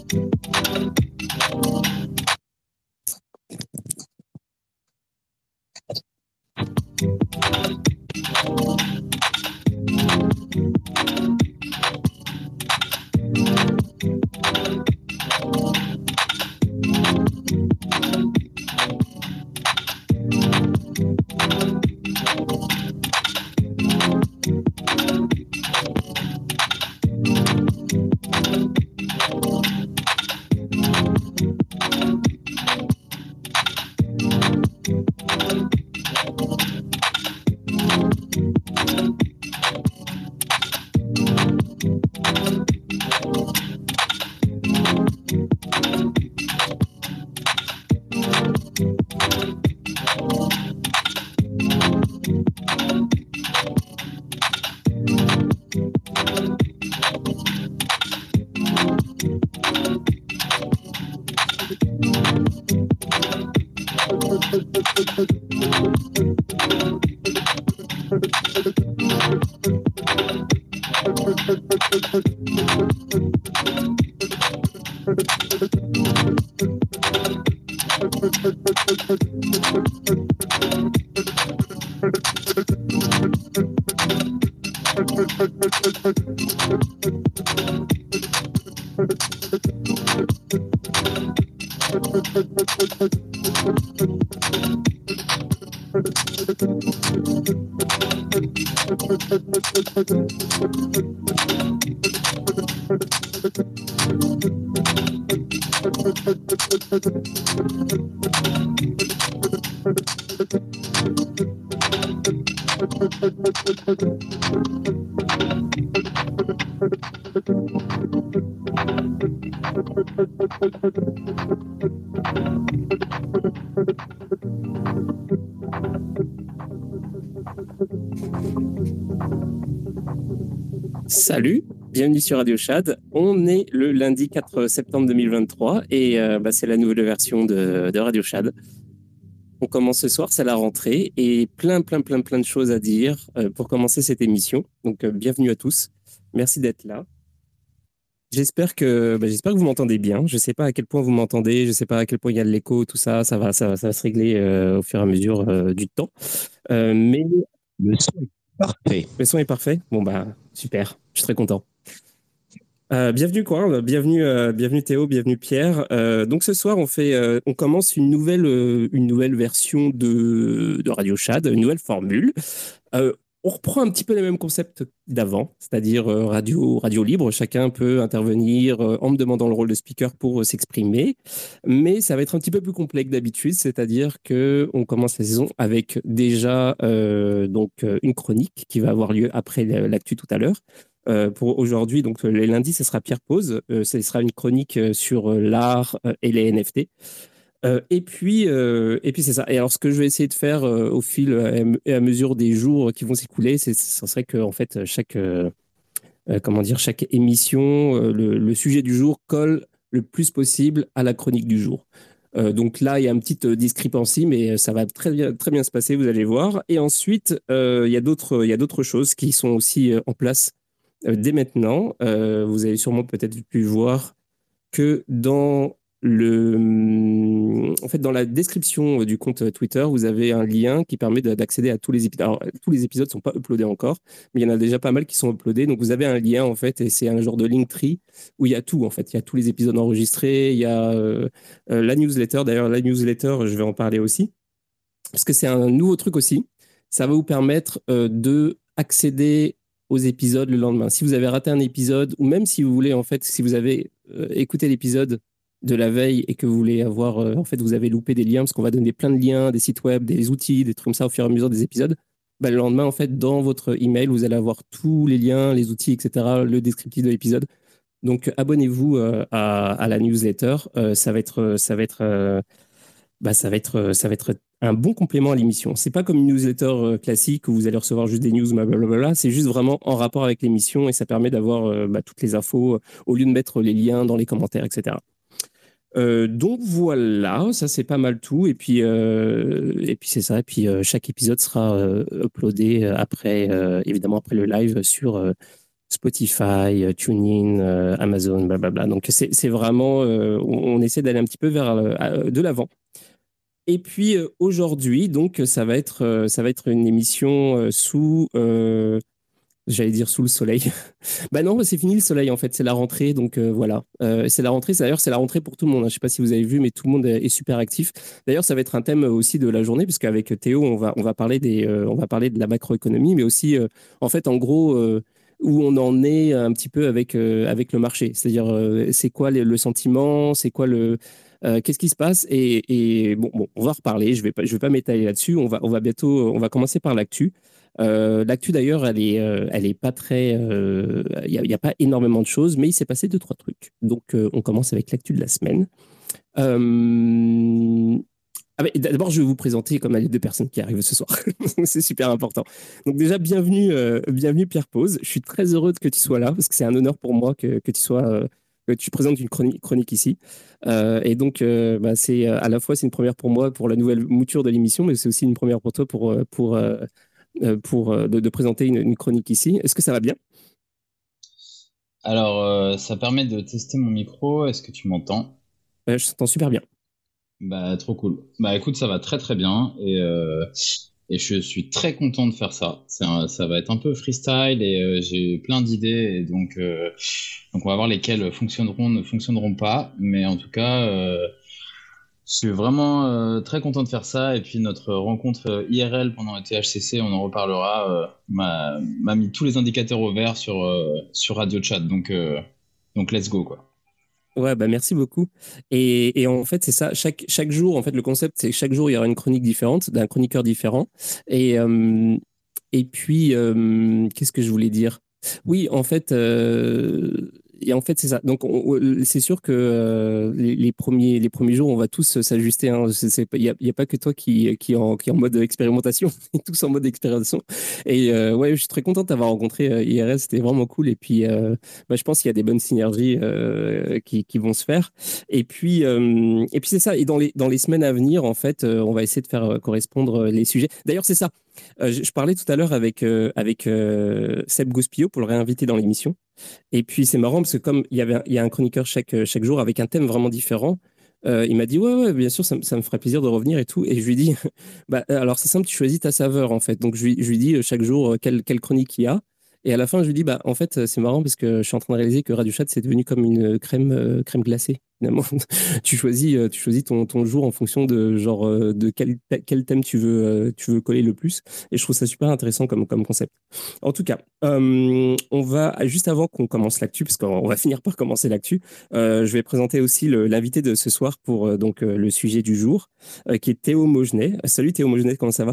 Salut, bienvenue sur Radio Chad. On est le lundi 4 septembre 2023 et c'est la nouvelle version de Radio Chad. On commence ce soir, c'est la rentrée et plein de choses à dire pour commencer cette émission. Donc bienvenue à tous, merci d'être là. J'espère que vous m'entendez bien. Je ne sais pas à quel point vous m'entendez, je ne sais pas à quel point il y a de l'écho, tout ça, ça va se régler au fur et à mesure du temps. Mais le son est parfait. Le son est parfait. Bon super, je suis très content. Bienvenue bienvenue Théo, bienvenue Pierre. Donc ce soir on commence une nouvelle version de Radio Chad, une nouvelle formule. On reprend un petit peu les mêmes concepts d'avant, c'est-à-dire radio libre. Chacun peut intervenir en me demandant le rôle de speaker pour s'exprimer, mais ça va être un petit peu plus complexe que d'habitude, c'est-à-dire que on commence la saison avec déjà une chronique qui va avoir lieu après l'actu tout à l'heure. Pour aujourd'hui, donc les lundis, ce sera Pierre Pause. Ce sera une chronique sur l'art et les NFT. Et puis c'est ça. Et alors, ce que je vais essayer de faire au fil et à mesure des jours qui vont s'écouler, ça serait que en fait chaque émission, le sujet du jour colle le plus possible à la chronique du jour. Donc là, il y a une petite discrepancy, mais ça va très bien se passer, vous allez voir. Et ensuite, il y a d'autres choses qui sont aussi en place dès maintenant. Vous avez sûrement peut-être pu voir que dans la description du compte Twitter, vous avez un lien qui permet d'accéder à tous les épisodes. Alors, tous les épisodes ne sont pas uploadés encore, mais il y en a déjà pas mal qui sont uploadés. Donc, vous avez un lien, en fait, et c'est un genre de Linktree où il y a tout, en fait. Il y a tous les épisodes enregistrés, il y a la newsletter. D'ailleurs, la newsletter, je vais en parler aussi, parce que c'est un nouveau truc aussi. Ça va vous permettre de accéder aux épisodes le lendemain. Si vous avez raté un épisode, ou même si vous voulez, en fait, si vous avez écouté l'épisode de la veille et que vous voulez avoir, vous avez loupé des liens, parce qu'on va donner plein de liens, des sites web, des outils, des trucs comme ça au fur et à mesure des épisodes, le lendemain, en fait, dans votre email, vous allez avoir tous les liens, les outils, etc., le descriptif de l'épisode. Donc, abonnez-vous à la newsletter. Ça va être un bon complément à l'émission. C'est pas comme une newsletter classique où vous allez recevoir juste des news, blablabla. C'est juste vraiment en rapport avec l'émission et ça permet d'avoir toutes les infos au lieu de mettre les liens dans les commentaires, etc. Donc voilà, ça c'est pas mal tout. Et puis c'est ça. Et puis chaque épisode sera uploadé évidemment après le live sur Spotify, TuneIn, Amazon, blablabla. Donc c'est vraiment, on essaie d'aller un petit peu vers de l'avant. Et puis aujourd'hui, donc ça va être une émission sous, j'allais dire sous le soleil. Bah non, c'est fini le soleil en fait, c'est la rentrée, donc voilà. C'est la rentrée, d'ailleurs c'est la rentrée pour tout le monde, hein. Je sais pas si vous avez vu, mais tout le monde est super actif. D'ailleurs, ça va être un thème aussi de la journée, puisqu'avec Théo, on va parler on va parler de la macroéconomie, mais aussi en fait, en gros, où on en est un petit peu avec le marché. C'est-à-dire, c'est quoi le sentiment, c'est quoi qu'est-ce qui se passe bon, on va reparler. Je vais pas m'étaler là-dessus. On va bientôt, on va commencer par l'actu. L'actu d'ailleurs, elle est pas très, y a pas énormément de choses, mais il s'est passé deux trois trucs. Donc, on commence avec l'actu de la semaine. Euh, D'abord, je vais vous présenter comme les deux personnes qui arrivent ce soir. C'est super important. Donc déjà, bienvenue Pierre Pose. Je suis très heureux que tu sois là parce que c'est un honneur pour moi que tu sois, que tu présentes une chronique ici. Et donc, bah, c'est à la fois c'est une première pour moi pour la nouvelle mouture de l'émission, mais c'est aussi une première pour toi de présenter une chronique ici. Est-ce que ça va bien? Alors, ça permet de tester mon micro. Est-ce que tu m'entends? Je t'entends super bien. Bah, trop cool. Bah, écoute, ça va très très bien et je suis très content de faire ça. Ça va être un peu freestyle et j'ai plein d'idées et donc on va voir lesquelles fonctionneront, ne fonctionneront pas. Mais en tout cas, je suis vraiment très content de faire ça. Et puis notre rencontre IRL pendant le THCC, on en reparlera, m'a mis tous les indicateurs au vert sur Radio Chat. Donc let's go quoi. Ouais, bah merci beaucoup. Et en fait, c'est ça. Chaque jour, en fait, le concept, c'est que chaque jour, il y aura une chronique différente, d'un chroniqueur différent. Et, euh, et puis, qu'est-ce que je voulais dire? Oui, en fait, c'est ça. Donc, c'est sûr que les premiers jours, on va tous s'ajuster, hein. Il y a pas que toi qui est en mode expérimentation, on est tous en mode expérimentation. Et ouais, je suis très content de t'avoir rencontré IRS, c'était vraiment cool. Et puis, bah, je pense qu'il y a des bonnes synergies qui vont se faire. Et puis c'est ça. Et dans les semaines à venir, en fait, on va essayer de faire correspondre les sujets. D'ailleurs, c'est ça. Je parlais tout à l'heure avec Seb Gouspillot pour le réinviter dans l'émission. Et puis c'est marrant parce que comme il y a un chroniqueur chaque jour avec un thème vraiment différent, il m'a dit ouais, bien sûr ça me ferait plaisir de revenir et tout. Et je lui dis bah alors c'est simple, tu choisis ta saveur en fait. Donc je lui dis chaque jour quelle chronique il y a. Et à la fin je lui dis bah en fait c'est marrant parce que je suis en train de réaliser que Radio Chat c'est devenu comme une crème glacée. Finalement, tu choisis ton jour en fonction de genre de quel thème tu veux coller le plus. Et je trouve ça super intéressant comme concept. En tout cas, on va, juste avant qu'on commence l'actu, parce qu'on va finir par commencer l'actu, je vais présenter aussi l'invité de ce soir pour le sujet du jour, qui est Théo Maugenet. Salut Théo Maugenet, comment ça va?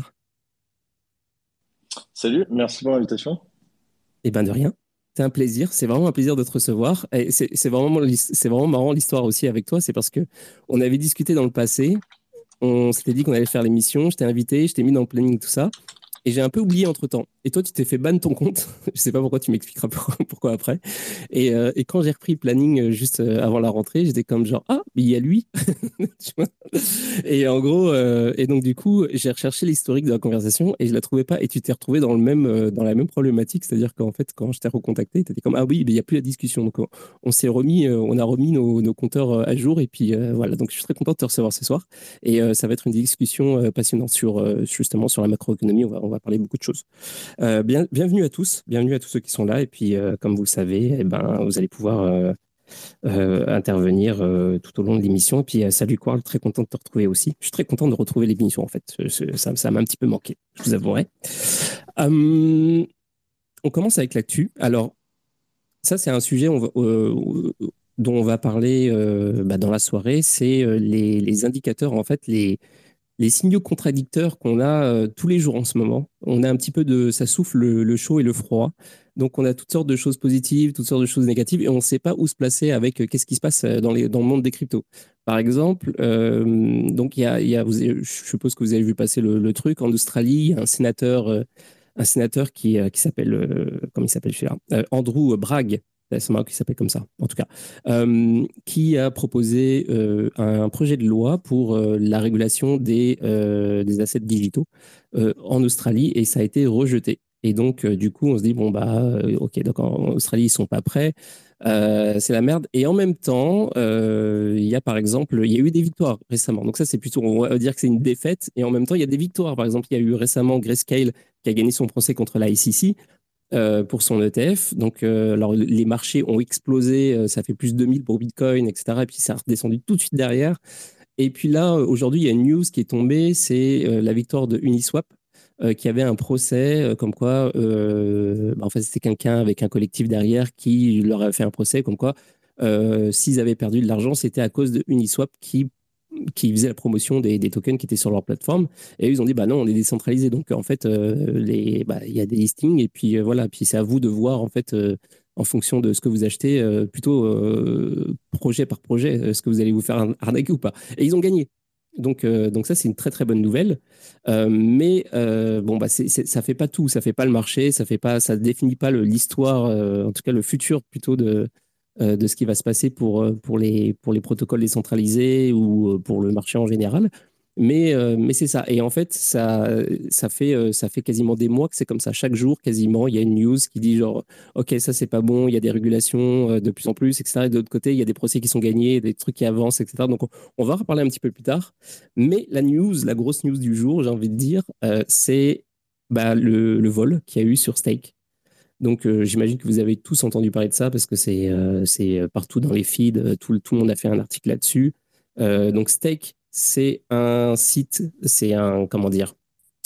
Salut, merci pour l'invitation. Eh ben de rien. C'est un plaisir, c'est vraiment un plaisir de te recevoir. Et c'est vraiment marrant l'histoire aussi avec toi, c'est parce que on avait discuté dans le passé, on s'était dit qu'on allait faire l'émission, je t'ai invité, je t'ai mis dans le planning, tout ça. Et j'ai un peu oublié entre-temps. Et toi, tu t'es fait ban ton compte. Je sais pas pourquoi, tu m'expliqueras pourquoi après. Et quand j'ai repris le planning juste avant la rentrée, j'étais comme genre, ah, mais il y a lui. Tu vois. Et en gros, et donc du coup, j'ai recherché l'historique de la conversation et je la trouvais pas. Et tu t'es retrouvé dans dans la même problématique. C'est-à-dire qu'en fait, quand je t'ai recontacté, tu étais comme, ah oui, mais il n'y a plus la discussion. Donc on s'est remis, on a remis nos compteurs à jour. Et puis voilà, donc je suis très content de te recevoir ce soir. Et ça va être une discussion passionnante sur justement sur la macroéconomie. On va parler beaucoup de choses. Bienvenue à tous ceux qui sont là. Et puis, comme vous le savez, eh ben, vous allez pouvoir intervenir tout au long de l'émission. Et puis, salut Quarl, très content de te retrouver aussi. Je suis très content de retrouver l'émission en fait. Ça m'a un petit peu manqué, je vous avouerai. Euh, on commence avec l'actu. Alors, ça, c'est un sujet dont on va parler bah, dans la soirée. C'est les indicateurs, en fait, les signaux contradicteurs qu'on a tous les jours en ce moment. On a un petit peu ça souffle le chaud et le froid. Donc, on a toutes sortes de choses positives, toutes sortes de choses négatives, et on ne sait pas où se placer avec qu'est-ce qui se passe dans le monde des cryptos. Par exemple, donc je suppose que vous avez vu passer le truc en Australie, il y a un sénateur qui s'appelle, comment il s'appelle celui-là? Andrew Bragg. C'est marrant qu'il s'appelle comme ça, en tout cas, qui a proposé un projet de loi pour la régulation des assets digitaux en Australie et ça a été rejeté. Et donc, du coup, on se dit, bon, ok, donc en Australie, ils sont pas prêts. C'est la merde. Et en même temps, il y a par exemple, il y a eu des victoires récemment. Donc ça, c'est plutôt, on va dire que c'est une défaite. Et en même temps, il y a des victoires. Par exemple, il y a eu récemment Grayscale qui a gagné son procès contre la ICC pour son ETF. Donc, alors, les marchés ont explosé. Ça fait plus de 2000 pour Bitcoin, etc. Et puis, ça a redescendu tout de suite derrière. Et puis là, aujourd'hui, il y a une news qui est tombée. C'est la victoire de Uniswap qui avait un procès comme quoi, en fait, c'était quelqu'un avec un collectif derrière qui leur avait fait un procès comme quoi, s'ils avaient perdu de l'argent, c'était à cause de Uniswap qui faisait la promotion des tokens qui étaient sur leur plateforme. Et ils ont dit, bah non, on est décentralisé. Donc, en fait, il y a des listings et puis voilà. Puis c'est à vous de voir, en fait, en fonction de ce que vous achetez, plutôt projet par projet, est-ce que vous allez vous faire arnaquer ou pas. Et ils ont gagné. Donc ça, c'est une très, très bonne nouvelle. Mais bon, ça fait pas tout. Ça fait pas le marché. Ça définit pas l'histoire, en tout cas le futur plutôt de ce qui va se passer pour les protocoles décentralisés ou pour le marché en général. Mais c'est ça. Et en fait, ça fait quasiment des mois que c'est comme ça. Chaque jour, quasiment, il y a une news qui dit genre, OK, ça, c'est pas bon, il y a des régulations de plus en plus, etc. Et de l'autre côté, il y a des procès qui sont gagnés, des trucs qui avancent, etc. Donc, on va en reparler un petit peu plus tard. Mais la grosse news du jour, j'ai envie de dire, c'est le vol qu'il y a eu sur Stake. Donc, j'imagine que vous avez tous entendu parler de ça parce que c'est partout dans les feeds, tout le monde a fait un article là-dessus. Donc, Stake, c'est un site, c'est comment dire,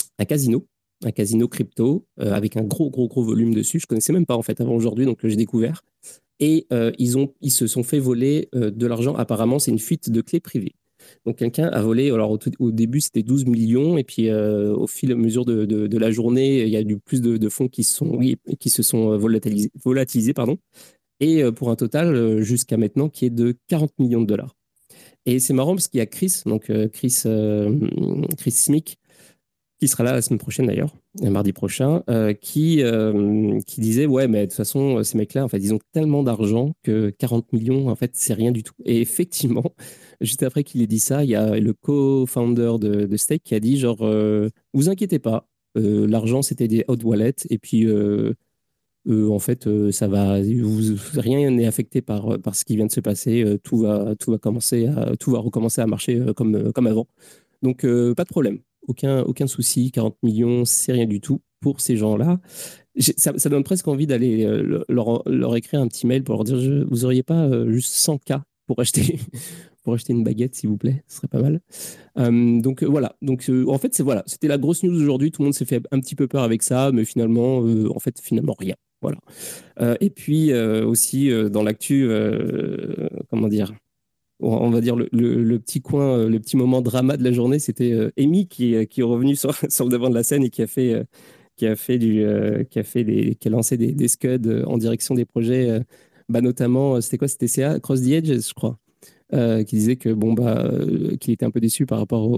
un casino crypto avec un gros, gros, gros volume dessus. Je connaissais même pas en fait avant aujourd'hui, donc j'ai découvert. Et ils se sont fait voler de l'argent. Apparemment, c'est une fuite de clés privées. Donc quelqu'un a volé, alors au début c'était 12 millions, et puis au fil et à mesure de la journée, il y a eu plus de fonds oui, qui se sont volatilisés, pardon, et pour un total jusqu'à maintenant qui est de 40 millions de dollars. Et c'est marrant parce qu'il y a Chris, donc Chris Smith, qui sera là la semaine prochaine d'ailleurs, mardi prochain, qui disait ouais, mais de toute façon ces mecs-là en fait ils ont tellement d'argent que 40 millions en fait c'est rien du tout. Et effectivement, juste après qu'il ait dit ça, il y a le co-founder de Stake qui a dit genre vous inquiétez pas, l'argent c'était des hot wallets et puis en fait ça va, rien n'est affecté par ce qui vient de se passer, tout va recommencer à marcher comme avant. Donc, pas de problème. Aucun souci. 40 millions, c'est rien du tout pour ces gens-là. Ça donne presque envie d'aller leur écrire un petit mail pour leur dire vous auriez pas juste 100K pour acheter, pour acheter une baguette, s'il vous plaît. Ce serait pas mal. Donc, voilà. Donc, en fait, voilà. C'était la grosse news aujourd'hui. Tout le monde s'est fait un petit peu peur avec ça, mais finalement, finalement, rien. Voilà. Et puis, aussi, dans l'actu, comment dire, on va dire le petit coin, le petit moment drama de la journée, c'était Amy qui est revenue sur le devant de la scène et qui a lancé des scuds en direction des projets, notamment, c'était quoi? C'était CA, Cross the Edge, je crois, qui disait que qu'il était un peu déçu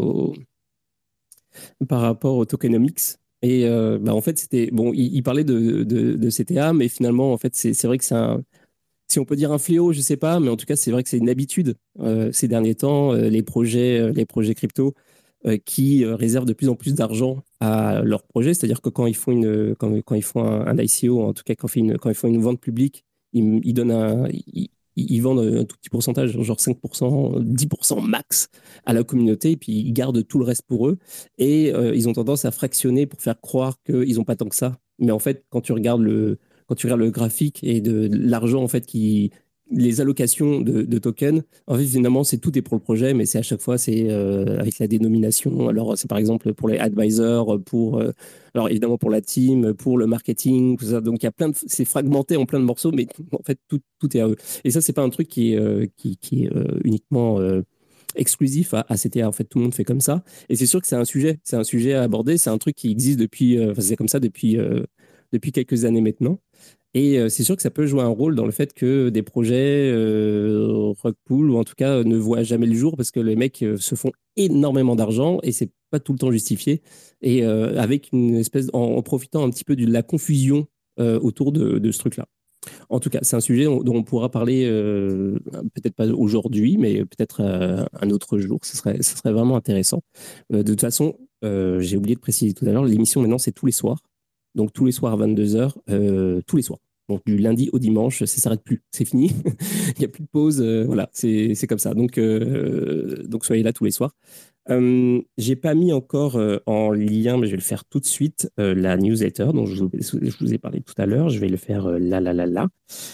par rapport au tokenomics. Et en fait, c'était bon, il parlait de CTA, mais finalement, en fait, c'est vrai que si on peut dire un fléau, je sais pas, mais en tout cas, c'est vrai que c'est une habitude ces derniers temps, les projets crypto qui réservent de plus en plus d'argent à leurs projets. C'est-à-dire que quand ils font un ICO, en tout cas quand ils font une vente publique, ils donnent ils vendent un tout petit pourcentage, genre 5%, 10% max à la communauté, et puis ils gardent tout le reste pour eux. Et ils ont tendance à fractionner pour faire croire qu'ils n'ont pas tant que ça. Mais en fait, quand tu regardes le graphique et de l'argent en fait les allocations de tokens, en fait finalement c'est tout est pour le projet, mais c'est à chaque fois c'est avec la dénomination. Alors c'est par exemple pour les advisors, alors évidemment pour la team, pour le marketing, tout ça. Donc il y a c'est fragmenté en plein de morceaux, mais en fait tout est à eux. Et ça c'est pas un truc qui est uniquement exclusif à CTA. En fait, tout le monde fait comme ça. Et c'est sûr que c'est un sujet à aborder. C'est un truc qui existe depuis, c'est comme ça depuis quelques années maintenant. Et c'est sûr que ça peut jouer un rôle dans le fait que des projets rug pull ou en tout cas ne voient jamais le jour parce que les mecs se font énormément d'argent et c'est pas tout le temps justifié. Et avec une espèce, en profitant un petit peu de la confusion autour de ce truc-là. En tout cas, c'est un sujet dont on pourra parler peut-être pas aujourd'hui, mais peut-être un autre jour. Ce serait vraiment intéressant. De toute façon, j'ai oublié de préciser tout à l'heure, l'émission maintenant c'est tous les soirs. Donc tous les soirs à 22h, tous les soirs. Donc du lundi au dimanche, ça s'arrête plus, c'est fini. Il n'y a plus de pause, voilà, c'est comme ça. Donc soyez là tous les soirs. J'ai pas mis encore en lien, mais je vais le faire tout de suite, la newsletter dont je vous ai parlé tout à l'heure. Je vais le faire là.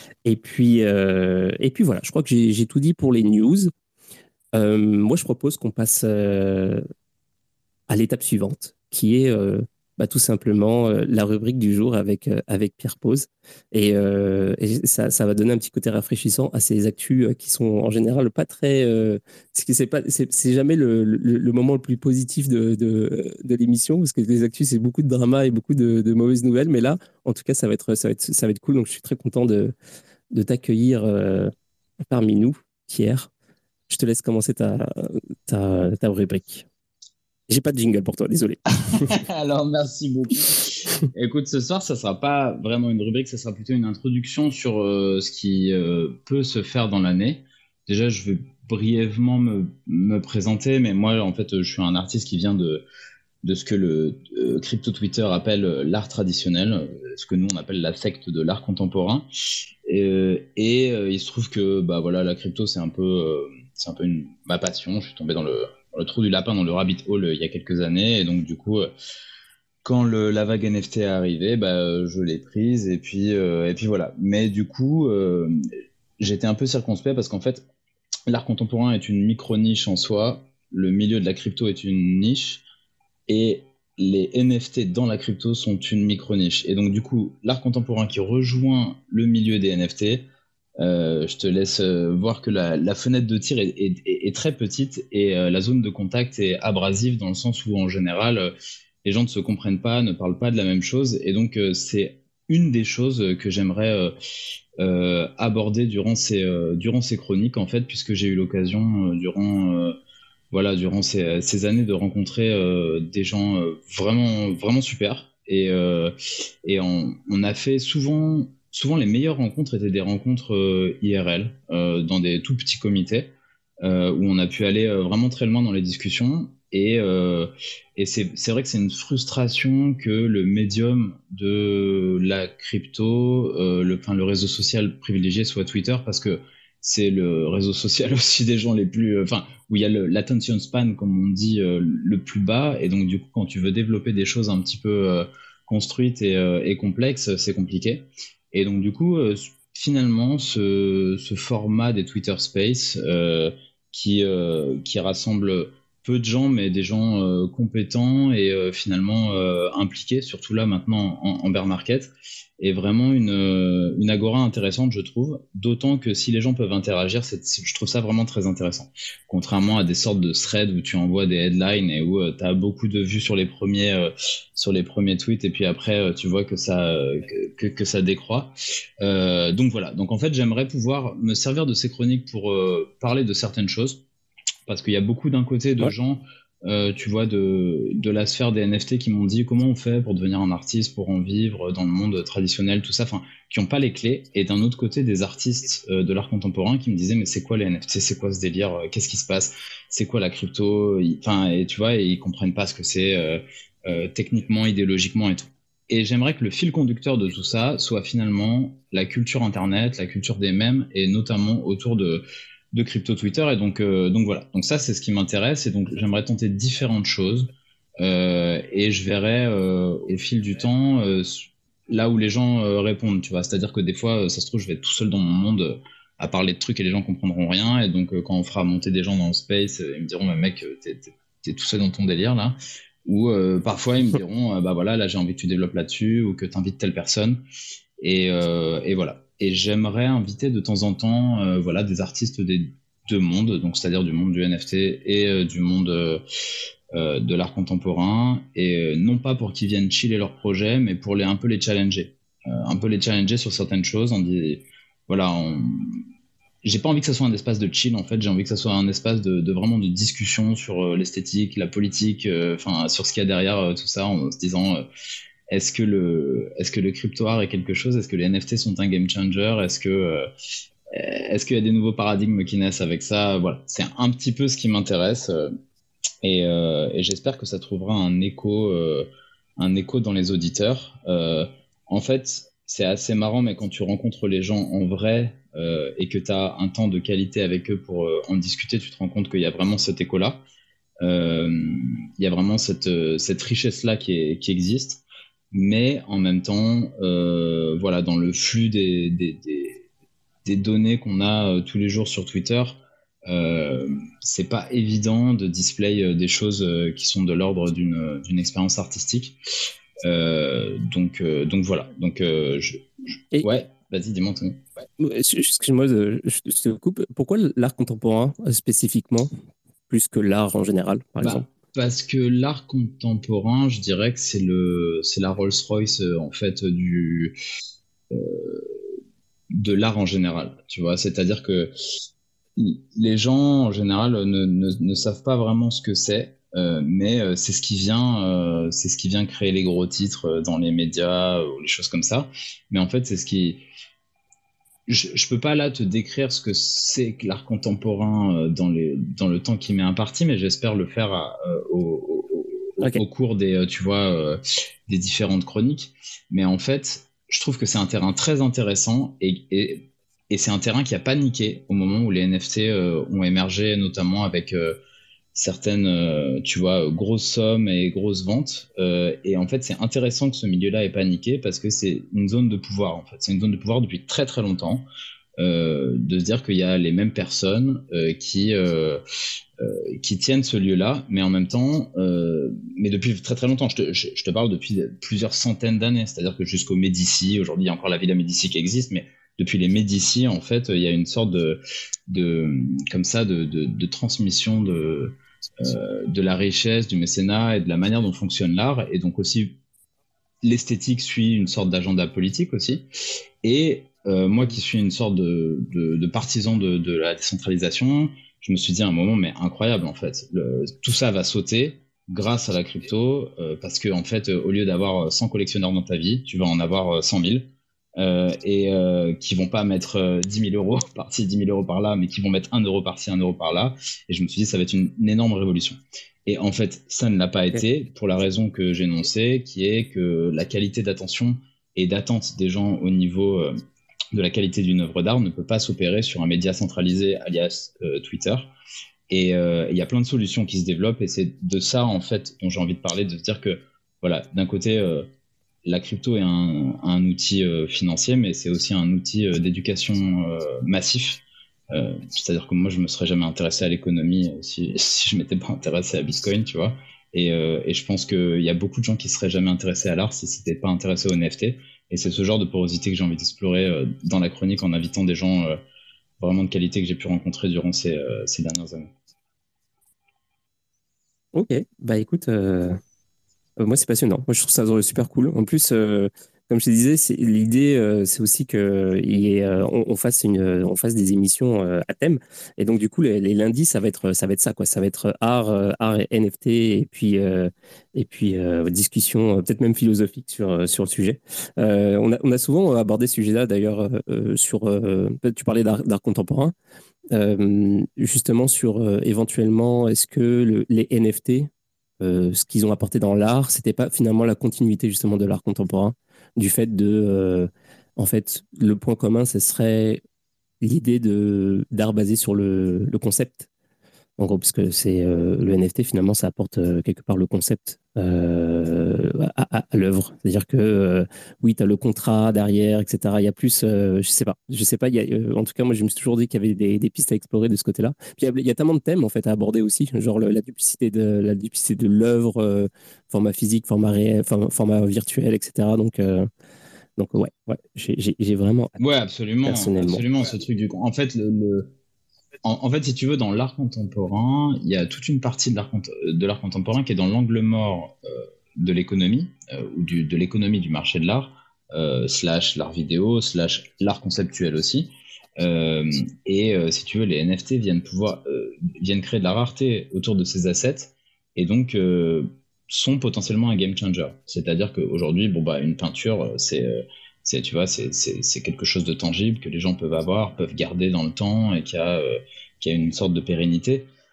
Et puis voilà, je crois que j'ai tout dit pour les news. Moi, je propose qu'on passe à l'étape suivante, qui est tout simplement la rubrique du jour avec Pierre Pose. Et ça va donner un petit côté rafraîchissant à ces actus qui sont en général pas très... c'est jamais le moment le plus positif de l'émission, parce que les actus, c'est beaucoup de drama et beaucoup de mauvaises nouvelles. Mais là, en tout cas, ça va être cool. Donc, je suis très content de t'accueillir parmi nous, Pierre. Je te laisse commencer ta rubrique. J'ai pas de jingle pour toi, désolé. Alors, merci beaucoup. Écoute, ce soir, ça sera pas vraiment une rubrique, ça sera plutôt une introduction sur ce qui peut se faire dans l'année. Déjà, je vais brièvement me présenter, mais moi, en fait, je suis un artiste qui vient de ce que le crypto Twitter appelle l'art traditionnel, ce que nous on appelle la secte de l'art contemporain. Et il se trouve que voilà, la crypto c'est un peu ma passion. Je suis tombé dans le trou du lapin, dans le rabbit hole il y a quelques années, et donc du coup quand la vague NFT est arrivée, je l'ai prise et puis voilà. Mais du coup j'étais un peu circonspect parce qu'en fait l'art contemporain est une micro-niche en soi, le milieu de la crypto est une niche, et les NFT dans la crypto sont une micro-niche. Et donc, du coup, l'art contemporain qui rejoint le milieu des NFT, je te laisse voir que la fenêtre de tir est très petite et la zone de contact est abrasive dans le sens où, en général, les gens ne se comprennent pas, ne parlent pas de la même chose. Et donc, c'est une des choses que j'aimerais aborder durant ces chroniques, en fait, puisque j'ai eu l'occasion, durant ces années, de rencontrer des gens vraiment, vraiment super. Et on a fait souvent les meilleures rencontres étaient des rencontres IRL, dans des tout petits comités, où on a pu aller vraiment très loin dans les discussions. Et c'est vrai que c'est une frustration que le médium de la crypto, le réseau social privilégié soit Twitter, parce que c'est le réseau social aussi des gens les plus... où il y a l'attention span, comme on dit, le plus bas. Et donc, du coup, quand tu veux développer des choses un petit peu construites et complexes, c'est compliqué. Et donc, du coup, finalement, ce format des Twitter Space, qui rassemble peu de gens, mais des gens compétents et finalement impliqués, surtout là maintenant en bear market, est vraiment une agora intéressante, je trouve. D'autant que si les gens peuvent interagir, je trouve ça vraiment très intéressant. Contrairement à des sortes de threads où tu envoies des headlines et où tu as beaucoup de vues sur les premiers tweets, et puis après tu vois que ça décroît. Donc voilà. Donc en fait, j'aimerais pouvoir me servir de ces chroniques pour parler de certaines choses. Parce qu'il y a beaucoup d'un côté de gens, tu vois, de la sphère des NFT qui m'ont dit comment on fait pour devenir un artiste, pour en vivre dans le monde traditionnel, tout ça, qui n'ont pas les clés. Et d'un autre côté, des artistes de l'art contemporain qui me disaient mais c'est quoi les NFT, c'est quoi ce délire, qu'est-ce qui se passe, c'est quoi la crypto, et tu vois, et ils comprennent pas ce que c'est techniquement, idéologiquement et tout. Et j'aimerais que le fil conducteur de tout ça soit finalement la culture internet, la culture des mèmes, et notamment autour de crypto Twitter. Et donc voilà. Donc ça, c'est ce qui m'intéresse. Et donc, j'aimerais tenter différentes choses. Et je verrai au fil du temps là où les gens répondent, tu vois. C'est-à-dire que des fois, ça se trouve, je vais être tout seul dans mon monde à parler de trucs et les gens comprendront rien. Et donc, quand on fera monter des gens dans le space, ils me diront, mais mec, t'es tout seul dans ton délire, là. Ou parfois, ils me diront, voilà, là, j'ai envie que tu développes là-dessus ou que tu invites telle personne. Et voilà. Et j'aimerais inviter de temps en temps des artistes des deux mondes, donc c'est-à-dire du monde du NFT et du monde de l'art contemporain, et non pas pour qu'ils viennent chiller leur projet, mais pour un peu les challenger. Un peu les challenger sur certaines choses. J'ai pas envie que ça soit un espace de chill, en fait, j'ai envie que ça soit un espace de vraiment de discussion sur l'esthétique, la politique, sur ce qu'il y a derrière tout ça, en se disant... Est-ce que le crypto art est quelque chose? Est-ce que les NFT sont un game changer? Est-ce qu'il y a des nouveaux paradigmes qui naissent avec ça? Voilà, c'est un petit peu ce qui m'intéresse, et j'espère que ça trouvera un écho un écho dans les auditeurs. En fait, c'est assez marrant, mais quand tu rencontres les gens en vrai et que tu as un temps de qualité avec eux pour en discuter, tu te rends compte qu'il y a vraiment cet écho-là. Il y a vraiment cette richesse-là qui existe. Mais en même temps, voilà, dans le flux des données qu'on a tous les jours sur Twitter, c'est pas évident de display des choses qui sont de l'ordre d'une expérience artistique. Donc voilà. Donc ouais, vas-y, dis-moi Tony. Excuse-moi, je te coupe. Pourquoi l'art contemporain spécifiquement, plus que l'art en général, par exemple? Parce que l'art contemporain, je dirais que c'est la Rolls-Royce en fait de l'art en général. Tu vois, c'est-à-dire que les gens en général ne savent pas vraiment ce que c'est. Mais c'est ce qui vient créer les gros titres dans les médias ou les choses comme ça. Mais en fait, c'est ce qui je peux pas là te décrire ce que c'est que l'art contemporain dans le temps qui m'est imparti, mais j'espère le faire au cours des tu vois des différentes chroniques. Mais en fait, je trouve que c'est un terrain très intéressant et c'est un terrain qui a paniqué au moment où les NFT ont émergé, notamment avec certaines, tu vois, grosses sommes et grosses ventes. Et en fait, c'est intéressant que ce milieu-là ait paniqué parce que c'est une zone de pouvoir, en fait. C'est une zone de pouvoir depuis très très longtemps. De se dire qu'il y a les mêmes personnes qui tiennent ce lieu-là, mais en même temps, mais depuis très très longtemps. Je te parle depuis plusieurs centaines d'années. C'est-à-dire que jusqu'au Médicis, aujourd'hui, il y a encore la Villa Médicis qui existe, mais depuis les Médicis, en fait, il y a une sorte comme ça, de transmission de la richesse, du mécénat et de la manière dont fonctionne l'art. Et donc aussi, l'esthétique suit une sorte d'agenda politique aussi. Et moi qui suis une sorte de partisan de la décentralisation, je me suis dit à un moment, mais incroyable en fait, tout ça va sauter grâce à la crypto, parce que en fait, au lieu d'avoir 100 collectionneurs dans ta vie, tu vas en avoir 100 000. Qui vont pas mettre 10 000 euros par-ci, 10 000 euros par-là, mais qui vont mettre 1 euro par-ci, 1 euro par-là. Et je me suis dit, ça va être une énorme révolution. Et en fait, ça ne l'a pas été, pour la raison que j'ai énoncée, qui est que la qualité d'attention et d'attente des gens au niveau de la qualité d'une œuvre d'art ne peut pas s'opérer sur un média centralisé, alias Twitter. Et il y a plein de solutions qui se développent, et c'est de ça, en fait, dont j'ai envie de parler, de se dire que, voilà, d'un côté... la crypto est un outil financier, mais c'est aussi un outil d'éducation massif. C'est-à-dire que moi, je me serais jamais intéressé à l'économie si je m'étais pas intéressé à Bitcoin, tu vois. Et je pense qu'il y a beaucoup de gens qui seraient jamais intéressés à l'art si c'était pas intéressé au NFT. Et c'est ce genre de porosité que j'ai envie d'explorer dans la chronique en invitant des gens vraiment de qualité que j'ai pu rencontrer durant ces dernières années. Ok, bah écoute, moi c'est passionnant. Moi je trouve ça super cool. En plus, comme je te disais, l'idée, c'est aussi que on fasse on fasse des émissions à thème. Et donc du coup, les lundis, ça va être ça quoi. Ça va être art et NFT et puis discussion peut-être même philosophique sur le sujet. On a souvent abordé ce sujet-là d'ailleurs tu parlais d'art contemporain. Justement sur éventuellement est-ce que les NFT ce qu'ils ont apporté dans l'art, c'était pas finalement la continuité justement de l'art contemporain, du fait en fait, le point commun, ce serait l'idée d'art basé sur le concept. En gros, parce que c'est le NFT, finalement, ça apporte quelque part le concept à l'œuvre. C'est-à-dire que oui, tu as le contrat derrière, etc. Il y a plus, je sais pas. En tout cas, moi, je me suis toujours dit qu'il y avait des pistes à explorer de ce côté-là. Puis il y a tellement de thèmes en fait à aborder aussi, genre la duplicité de l'œuvre, format physique, format réel, format virtuel, etc. Donc ouais, j'ai vraiment Ouais, absolument, personnellement. absolument, ce truc du. En fait, en fait, si tu veux, dans l'art contemporain, il y a toute une partie de l'art contemporain qui est dans l'angle mort de l'économie, ou de l'économie du marché de l'art, slash l'art vidéo, slash l'art conceptuel aussi. Si tu veux, les NFT viennent créer de la rareté autour de ces assets, et donc sont potentiellement un game changer. C'est-à-dire qu'aujourd'hui, bon, bah, une peinture, tu vois, c'est quelque chose de tangible que les gens peuvent avoir, peuvent garder dans le temps et qui a une sorte de pérennité.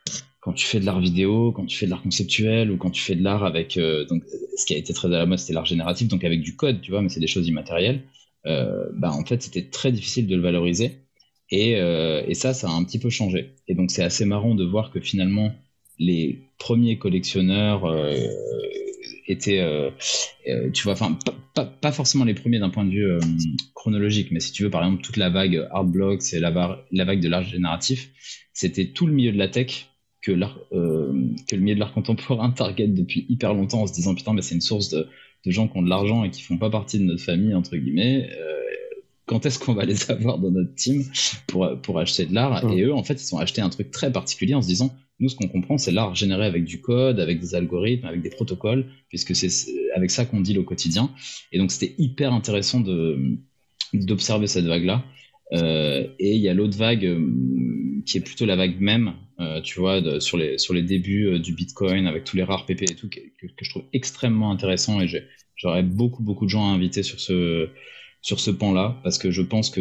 quand tu fais de l'art vidéo, quand tu fais de l'art conceptuel ou quand tu fais de l'art avec donc ce qui a été très à la mode, c'était l'art génératif, donc avec du code, tu vois, mais c'est des choses immatérielles. Bah en fait, c'était très difficile de le valoriser et ça a un petit peu changé. Et donc c'est assez marrant de voir que finalement les premiers collectionneurs étaient, tu vois, enfin pas forcément les premiers d'un point de vue chronologique, mais si tu veux, par exemple, toute la vague Art Blocks et la vague de l'art génératif, c'était tout le milieu de la tech que le milieu de l'art contemporain target depuis hyper longtemps en se disant putain, mais c'est une source de gens qui ont de l'argent et qui font pas partie de notre famille, entre guillemets. Quand est-ce qu'on va les avoir dans notre team pour acheter de l'art? Et eux, en fait, ils ont acheté un truc très particulier en se disant, nous, ce qu'on comprend, c'est l'art généré avec du code, avec des algorithmes, avec des protocoles, puisque c'est avec ça qu'on deal au quotidien. Et donc, c'était hyper intéressant d'observer cette vague-là. Et il y a l'autre vague qui est plutôt la vague même, tu vois, sur les débuts du Bitcoin, avec tous les rares PP et tout, que je trouve extrêmement intéressant. Et j'aurais beaucoup de gens à inviter sur ce pan-là, parce que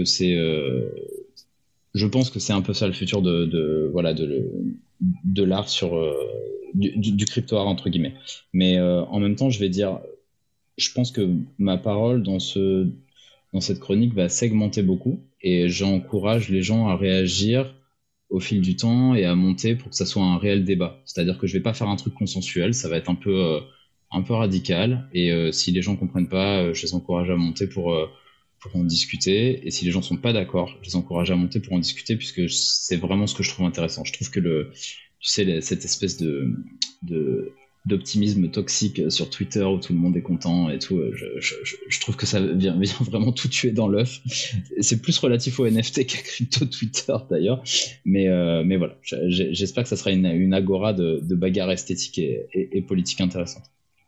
je pense que c'est un peu ça le futur de l'art sur du crypto-art entre guillemets. Mais en même temps, je vais dire, je pense que ma parole dans cette chronique va segmenter beaucoup et j'encourage les gens à réagir au fil du temps et à monter pour que ça soit un réel débat. C'est-à-dire que je vais pas faire un truc consensuel, ça va être un peu radical et si les gens comprennent pas, je les encourage à monter pour en discuter et si les gens sont pas d'accord, je les encourage à monter pour en discuter puisque c'est vraiment ce que je trouve intéressant. Je trouve que tu sais, cette espèce de d'optimisme toxique sur Twitter où tout le monde est content et tout. Je trouve que ça vient vraiment tout tuer dans l'œuf. C'est plus relatif au NFT qu'à crypto Twitter d'ailleurs. Mais voilà, j'espère que ça sera une agora de bagarre esthétique et politique intéressante.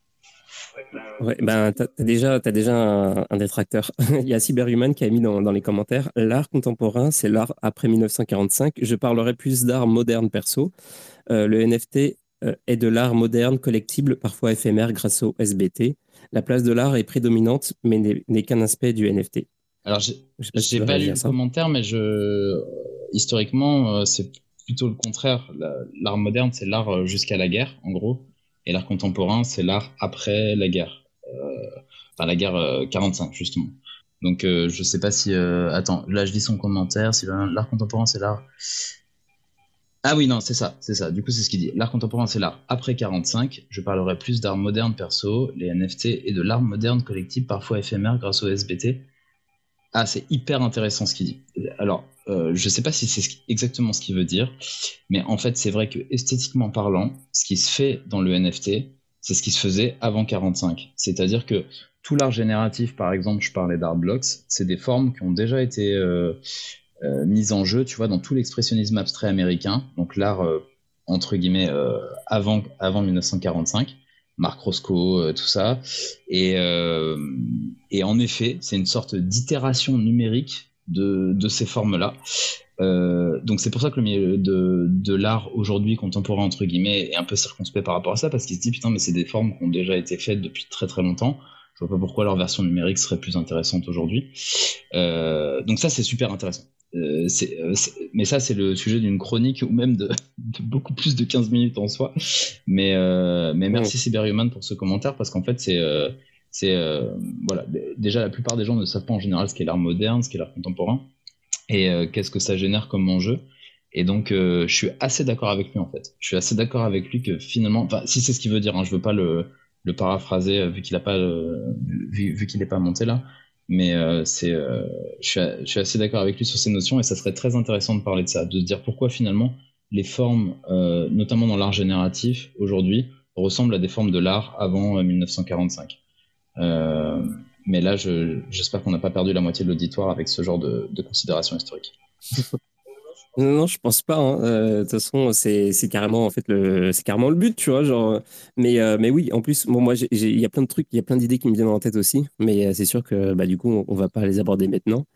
Ouais, ben, t'as déjà un détracteur. Il y a Cyberhuman qui a mis dans les commentaires, l'art contemporain, c'est l'art après 1945. Je parlerai plus d'art moderne perso. Le NFT est de l'art moderne, collectible, parfois éphémère grâce au SBT. La place de l'art est prédominante, mais n'est qu'un aspect du NFT. Alors, Je sais pas si tu j'ai veux pas lu réagir à le ça. commentaire, mais historiquement, c'est plutôt le contraire. L'art moderne, c'est l'art jusqu'à la guerre, en gros, et l'art contemporain, c'est l'art après la guerre. Enfin, la guerre 45, justement. Donc, je sais pas si. Attends, là, je lis son commentaire. Si l'art contemporain, c'est l'art. Ah oui, non, c'est ça, c'est ça. Du coup, c'est ce qu'il dit. L'art contemporain, c'est l'art après 45. Je parlerai plus d'art moderne perso, les NFT, et de l'art moderne collectif, parfois éphémère grâce au SBT. Ah, c'est hyper intéressant ce qu'il dit. Alors, je sais pas si c'est exactement ce qu'il veut dire, mais en fait, c'est vrai que esthétiquement parlant, ce qui se fait dans le NFT, c'est ce qui se faisait avant 45. C'est-à-dire que tout l'art génératif, par exemple, je parlais d'art blocks, c'est des formes qui ont déjà été mises en jeu, tu vois, dans tout l'expressionnisme abstrait américain, donc l'art entre guillemets avant 1945. Marc Roscoe, tout ça. Et, euh, et en effet, c'est une sorte d'itération numérique de ces formes-là. Donc c'est pour ça que le milieu de l'art aujourd'hui contemporain entre guillemets est un peu circonspect par rapport à ça parce qu'il se dit putain mais c'est des formes qui ont déjà été faites depuis très très longtemps. Je vois pas pourquoi leur version numérique serait plus intéressante aujourd'hui. Donc ça c'est super intéressant. Mais ça c'est le sujet d'une chronique ou même de beaucoup plus de 15 minutes en soi. Mais merci Cyberhuman pour ce commentaire parce qu'en fait voilà, déjà la plupart des gens ne savent pas en général ce qu'est l'art moderne, ce qu'est l'art contemporain et qu'est-ce que ça génère comme enjeu. Et donc, je suis assez d'accord avec lui, en fait. Je suis assez d'accord avec lui que finalement, enfin, si c'est ce qu'il veut dire, hein, je veux pas le paraphraser vu qu'il a pas, vu qu'il n'est pas monté là. Mais je suis assez d'accord avec lui sur ces notions et ça serait très intéressant de parler de ça, de se dire pourquoi finalement les formes, notamment dans l'art génératif aujourd'hui, ressemblent à des formes de l'art avant 1945. Euh, mais là, j'espère qu'on n'a pas perdu la moitié de l'auditoire avec ce genre de considération historique. Non, non, je pense pas, hein. De toute façon, c'est carrément en fait c'est carrément le but, tu vois, genre. Mais oui, en plus, bon, moi, il y a plein de trucs, il y a plein d'idées qui me viennent en tête aussi. Mais c'est sûr que bah du coup, on va pas les aborder maintenant.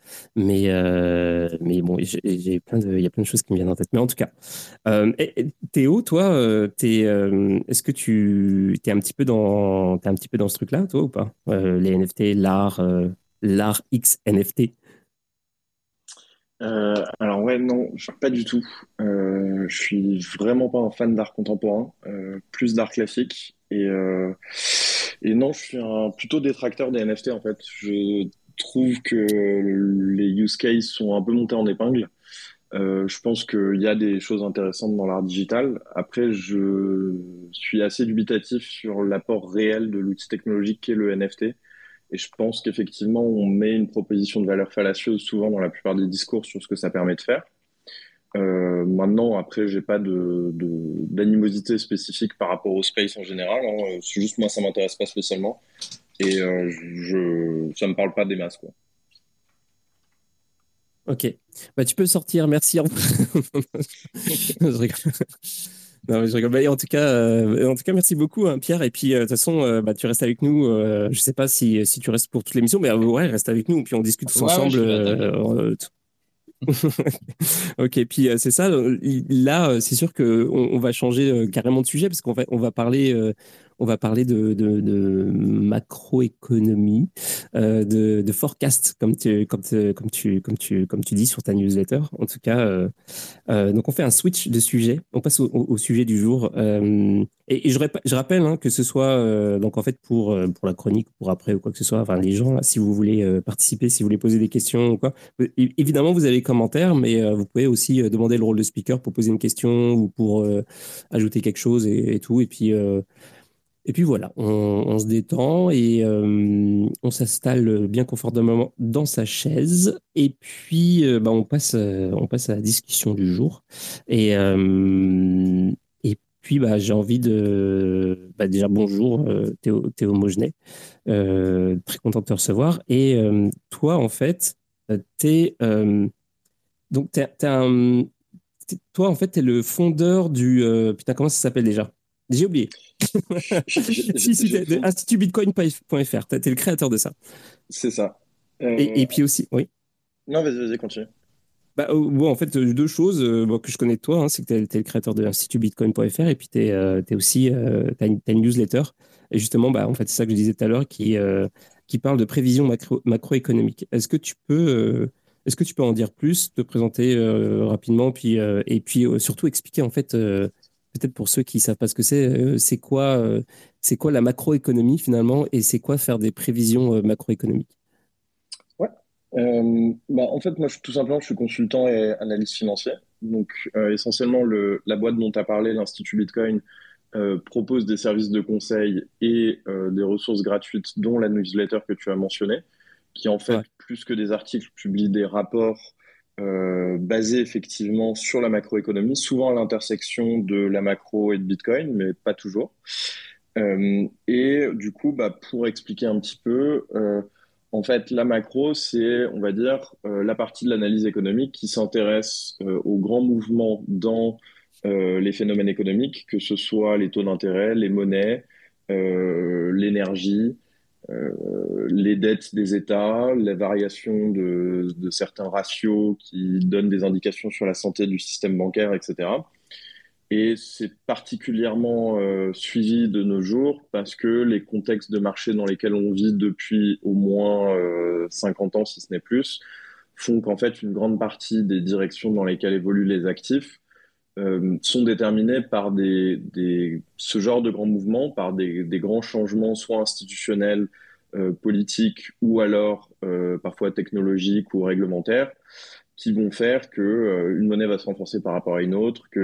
Mais bon, il y a plein de choses qui me viennent en tête. Mais en tout cas, Théo, toi, est-ce que t'es un petit peu t'es un petit peu dans ce truc-là, toi ou pas? Les NFT, l'art X NFT. Alors ouais, non, pas du tout. Je suis vraiment pas un fan d'art contemporain, plus d'art classique. Et non, je suis plutôt détracteur des NFT en fait. Je trouve que les use cases sont un peu montés en épingle. Je pense qu'il y a des choses intéressantes dans l'art digital. Après, je suis assez dubitatif sur l'apport réel de l'outil technologique qu'est le NFT. Et je pense qu'effectivement, on met une proposition de valeur fallacieuse souvent dans la plupart des discours sur ce que ça permet de faire. Maintenant, après, j'ai pas d'animosité spécifique par rapport au space en général, hein. C'est juste moi, ça m'intéresse pas spécialement. Et ça me parle pas des masses, quoi. Ok. Bah, tu peux sortir, merci. Je rigole. Non, mais je rigole. Bah, en tout cas, merci beaucoup, hein, Pierre. Et puis, de toute façon, bah, tu restes avec nous. Je sais pas si tu restes pour toute l'émission, mais ouais, reste avec nous. Puis on discute tous Ouais, je ensemble. suis là, t'inquiète. Ok, puis c'est ça. Là, c'est sûr que on va changer carrément de sujet parce on va parler de macroéconomie, de forecast comme tu dis sur ta newsletter. En tout cas, donc on fait un switch de sujet, on passe au sujet du jour. Et je rappelle hein, que ce soit donc en fait pour la chronique, pour après ou quoi que ce soit, enfin les gens, là, si vous voulez participer, si vous voulez poser des questions ou quoi, évidemment vous avez les commentaires, mais vous pouvez aussi demander le rôle de speaker pour poser une question ou pour ajouter quelque chose et tout. Et puis voilà, on se détend et on s'installe bien confortablement dans sa chaise. Et puis, bah, on passe à la discussion du jour. Et, euh, et puis, bah, j'ai envie de... Bah, déjà, bonjour Théo Mogenet. Très content de te recevoir. Et toi, en fait, donc, toi, en fait, t'es le fondeur du... putain, comment ça s'appelle déjà? J'ai oublié. Si, de institutbitcoin.fr, t'es le créateur de ça. C'est ça. Et puis aussi, oui. Non, vas-y, continue. Bah, bon, en fait, deux choses bon, que je connais de toi, hein, c'est que t'es le créateur de institutbitcoin.fr et puis t'es aussi, t'as une newsletter. Et justement, bah, en fait, c'est ça que je disais tout à l'heure qui parle de prévision macroéconomique. Est-ce que tu peux en dire plus, te présenter rapidement, puis, et puis surtout expliquer, en fait, peut-être pour ceux qui savent pas ce que c'est quoi la macroéconomie finalement, et c'est quoi faire des prévisions macroéconomiques? Ouais. En fait, moi, tout simplement, je suis consultant et analyste financier. Donc, essentiellement, la boîte dont tu as parlé, l'Institut Bitcoin, propose des services de conseil et des ressources gratuites, dont la newsletter que tu as mentionnée, qui en fait, Ouais, plus que des articles, publie des rapports basés effectivement sur la macroéconomie, souvent à l'intersection de la macro et de Bitcoin, mais pas toujours. Et du coup, bah, pour expliquer un petit peu, en fait, la macro, c'est, on va dire, la partie de l'analyse économique qui s'intéresse aux grands mouvements dans les phénomènes économiques, que ce soit les taux d'intérêt, les monnaies, l'énergie, les dettes des États, la variation de certains ratios qui donnent des indications sur la santé du système bancaire, etc. Et c'est particulièrement suivi de nos jours parce que les contextes de marché dans lesquels on vit depuis au moins 50 ans, si ce n'est plus, font qu'en fait une grande partie des directions dans lesquelles évoluent les actifs sont déterminées par ce genre de grands mouvements, par des grands changements, soit institutionnels, politiques, ou alors parfois technologiques ou réglementaires qui vont faire que une monnaie va se renforcer par rapport à une autre, que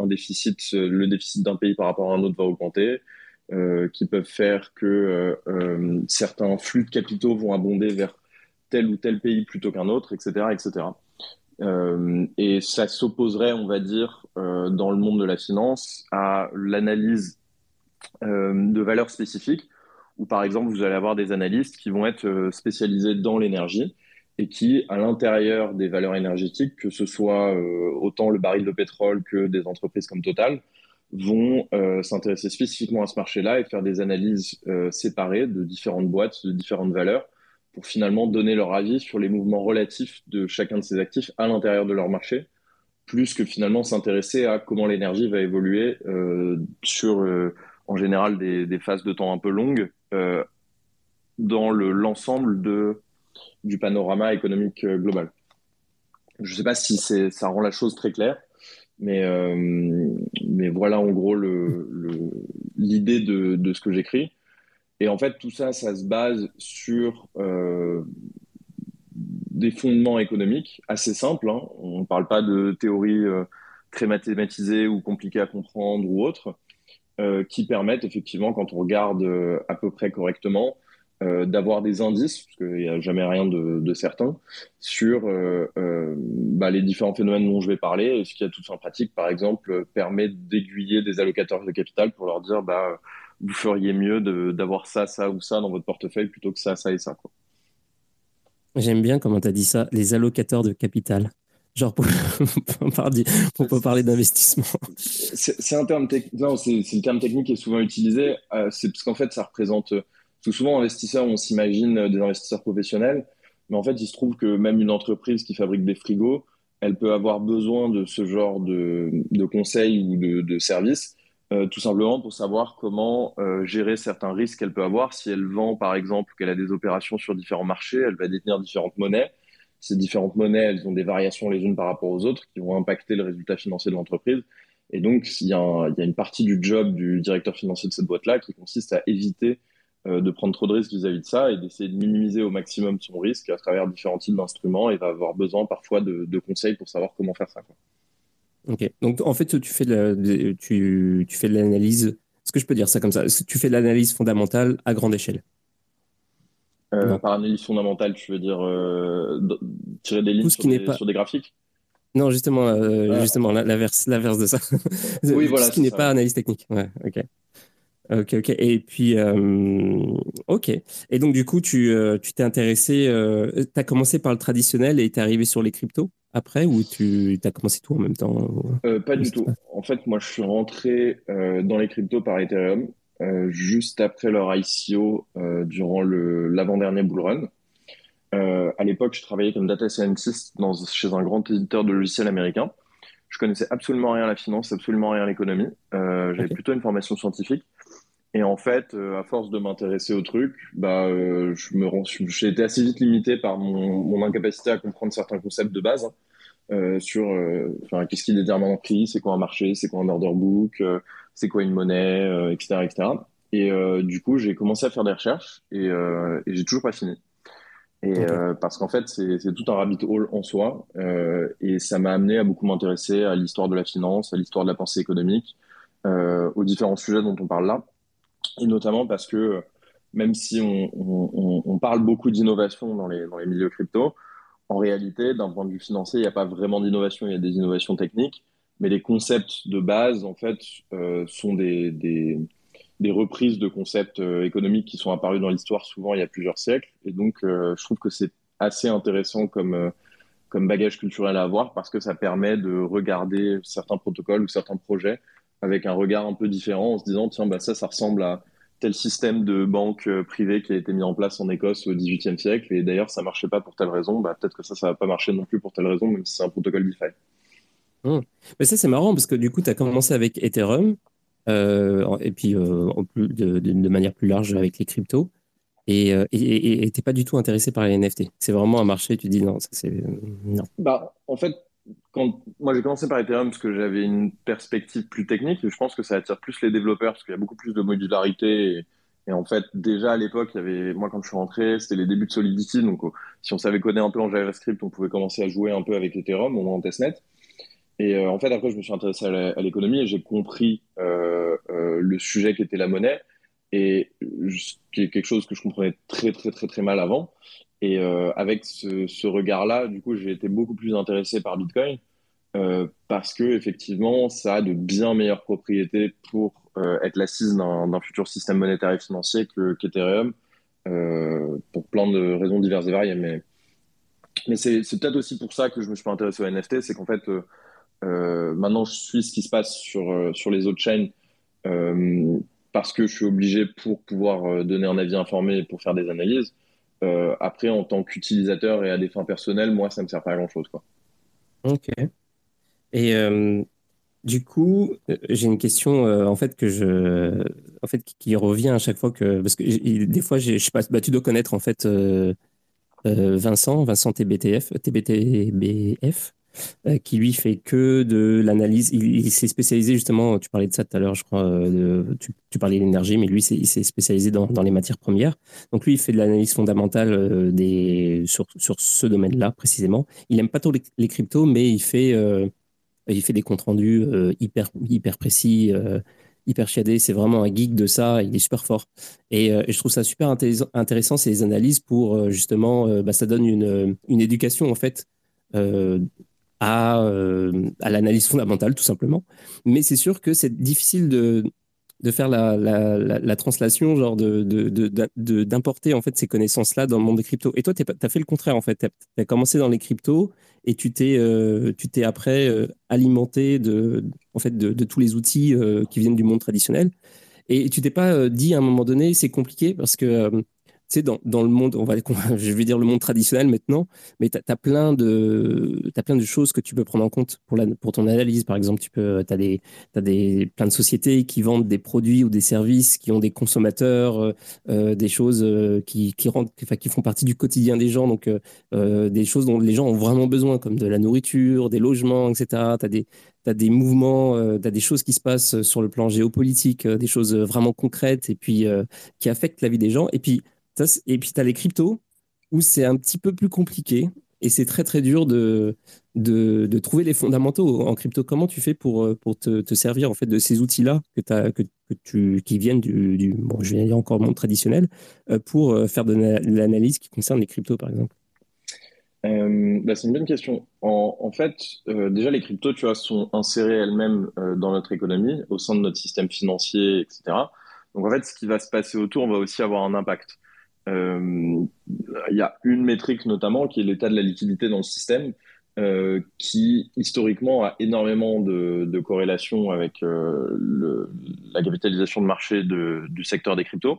le déficit d'un pays par rapport à un autre va augmenter, qui peuvent faire que certains flux de capitaux vont abonder vers tel ou tel pays plutôt qu'un autre, etc., etc. Et ça s'opposerait, on va dire, dans le monde de la finance, à l'analyse de valeurs spécifiques, où par exemple vous allez avoir des analystes qui vont être spécialisés dans l'énergie et qui, à l'intérieur des valeurs énergétiques, que ce soit autant le baril de pétrole que des entreprises comme Total, vont s'intéresser spécifiquement à ce marché-là et faire des analyses séparées de différentes boîtes, de différentes valeurs, pour finalement donner leur avis sur les mouvements relatifs de chacun de ces actifs à l'intérieur de leur marché, plus que finalement s'intéresser à comment l'énergie va évoluer sur, en général, des phases de temps un peu longues dans l'ensemble du panorama économique global. Je ne sais pas si ça rend la chose très claire, mais, euh, mais voilà en gros l'idée de ce que j'écris. Et en fait, tout ça, ça se base sur des fondements économiques assez simples, hein. On ne parle pas de théories très mathématisées ou compliquées à comprendre ou autres, qui permettent effectivement, quand on regarde à peu près correctement, d'avoir des indices, parce qu'il n'y a jamais rien de certain, sur les différents phénomènes dont je vais parler. Et ce qui, à toute fin pratique, par exemple, permet d'aiguiller des allocateurs de capital pour leur dire, vous feriez mieux d'avoir ça, ça ou ça dans votre portefeuille plutôt que ça et ça, quoi. J'aime bien comment tu as dit ça, les allocateurs de capital. Genre, pour pas parler d'investissement. C'est un terme non, c'est le terme technique qui est souvent utilisé. C'est parce qu'en fait, ça représente. Parce que souvent, investisseurs, on s'imagine des investisseurs professionnels, mais en fait, il se trouve que même une entreprise qui fabrique des frigos, elle peut avoir besoin de ce genre de conseils ou de services, tout simplement pour savoir comment gérer certains risques qu'elle peut avoir. Si elle vend, par exemple, qu'elle a des opérations sur différents marchés, elle va détenir différentes monnaies. Ces différentes monnaies, elles ont des variations les unes par rapport aux autres qui vont impacter le résultat financier de l'entreprise. Et donc, il y a une partie du job du directeur financier de cette boîte-là qui consiste à éviter de prendre trop de risques vis-à-vis de ça et d'essayer de minimiser au maximum son risque à travers différents types d'instruments et va avoir besoin parfois de conseils pour savoir comment faire ça, quoi. Ok. Donc, en fait, tu fais de l'analyse. Est-ce que je peux dire ça comme ça? Est-ce que tu fais de l'analyse fondamentale à grande échelle? Non. Par analyse fondamentale, tu veux dire tirer des lignes Tout ce qui n'est pas. sur des graphiques? Non, justement, Euh, l'inverse de ça. oui, Tout voilà, ce qui c'est n'est ça. pas analyse technique. Ouais, ok. Ok, ok. Et puis, ok. Et donc, du coup, tu t'es intéressé, tu as commencé par le traditionnel et tu es arrivé sur les cryptos après, ou tu as commencé tout en même temps? Pas Comment du ça se tout. passe? En fait, moi, je suis rentré dans les cryptos par Ethereum juste après leur ICO durant l'avant-dernier bull run. À l'époque, je travaillais comme data scientist chez un grand éditeur de logiciels américain. Je connaissais absolument rien à la finance, absolument rien à l'économie. J'avais Ok. plutôt une formation scientifique. Et en fait, à force de m'intéresser au truc, j'ai été assez vite limité par mon incapacité à comprendre certains concepts de base, hein, sur enfin, qu'est-ce qui détermine un prix, c'est quoi un marché, c'est quoi un order book, c'est quoi une monnaie, etc., etc. Du coup, j'ai commencé à faire des recherches et j'ai toujours pas fini. Ok. Parce qu'en fait, c'est tout un rabbit hole en soi, et ça m'a amené à beaucoup m'intéresser à l'histoire de la finance, à l'histoire de la pensée économique, aux différents sujets dont on parle là, et notamment parce que même si on parle beaucoup d'innovation dans les milieux crypto, en réalité, d'un point de vue financier, il n'y a pas vraiment d'innovation, il y a des innovations techniques, mais les concepts de base, en fait, sont des reprises de concepts économiques qui sont apparus dans l'histoire souvent il y a plusieurs siècles. Et donc, je trouve que c'est assez intéressant comme bagage culturel à avoir parce que ça permet de regarder certains protocoles ou certains projets avec un regard un peu différent en se disant, tiens, ça ressemble à tel système de banque privée qui a été mis en place en Écosse au XVIIIe siècle. Et d'ailleurs, ça marchait pas pour telle raison. Peut-être que ça va pas marcher non plus pour telle raison, même si c'est un protocole DeFi. Mais ça, c'est marrant parce que du coup, tu as commencé avec Ethereum et puis en plus de manière plus large avec les cryptos et t'es pas du tout intéressé par les NFT. C'est vraiment un marché, tu dis non, ça c'est. Non. En fait, quand moi j'ai commencé par Ethereum parce que j'avais une perspective plus technique, et je pense que ça attire plus les développeurs parce qu'il y a beaucoup plus de modularité. Et en fait, déjà à l'époque, moi quand je suis rentré, c'était les débuts de Solidity. Donc, si on savait coder un peu en JavaScript, on pouvait commencer à jouer un peu avec Ethereum, au moins en testnet. Et en fait, après, je me suis intéressé à l'économie et j'ai compris le sujet qui était la monnaie et qui est quelque chose que je comprenais très, très, très, très mal avant. Et avec ce regard-là, du coup, j'ai été beaucoup plus intéressé par Bitcoin parce que effectivement, ça a de bien meilleures propriétés pour être l'assise d'un futur système monétaire et financier qu'Ethereum, pour plein de raisons diverses et variées. Mais c'est peut-être aussi pour ça que je me suis pas intéressé aux NFT, c'est qu'en fait, maintenant, je suis ce qui se passe sur les autres chaînes euh, parce que je suis obligé pour pouvoir donner un avis informé et pour faire des analyses. Après, en tant qu'utilisateur et à des fins personnelles, moi, ça me sert pas à grand-chose, quoi. Ok. Et du coup, j'ai une question en fait qui revient à chaque fois que parce que des fois, je sais pas, bah, tu dois connaître en fait Vincent TBTBF, qui lui fait que de l'analyse. Il s'est spécialisé justement, tu parlais de ça tout à l'heure, je crois, tu parlais de l'énergie, mais lui, il s'est spécialisé dans les matières premières. Donc lui, il fait de l'analyse fondamentale sur ce domaine-là précisément. Il n'aime pas trop les cryptos, mais il fait des comptes rendus hyper précis, hyper chiadés. C'est vraiment un geek de ça. Il est super fort. Et je trouve ça super intéressant, ces analyses, pour justement, ça donne une éducation, en fait, euh, à l'analyse fondamentale, tout simplement. Mais c'est sûr que c'est difficile de faire la translation, genre d'importer en fait ces connaissances-là dans le monde des cryptos. Et toi, tu as fait le contraire, en fait. Tu as commencé dans les cryptos et tu t'es après alimenté en fait, de tous les outils qui viennent du monde traditionnel. Et tu t'es pas dit à un moment donné, c'est compliqué parce que, tu sais, dans le monde, je vais dire le monde traditionnel maintenant, mais tu as plein de choses que tu peux prendre en compte pour ton analyse. Par exemple, plein de sociétés qui vendent des produits ou des services qui ont des consommateurs, des choses qui font partie du quotidien des gens, donc des choses dont les gens ont vraiment besoin, comme de la nourriture, des logements, etc. Tu as des mouvements, tu as des choses qui se passent sur le plan géopolitique, des choses vraiment concrètes et puis qui affectent la vie des gens. Tu as les cryptos où c'est un petit peu plus compliqué et c'est très dur de trouver les fondamentaux en crypto. Comment tu fais pour te servir en fait de ces outils-là qui viennent bon, je vais dire encore monde traditionnel, pour faire de l'analyse qui concerne les cryptos, par exemple? C'est une bonne question. En fait, déjà, les cryptos, tu vois, sont insérées elles-mêmes dans notre économie, au sein de notre système financier, etc. Donc, en fait, ce qui va se passer autour va aussi avoir un impact. Il y a une métrique notamment qui est l'état de la liquidité dans le système, qui historiquement a énormément de corrélation avec la capitalisation de marché du secteur des cryptos.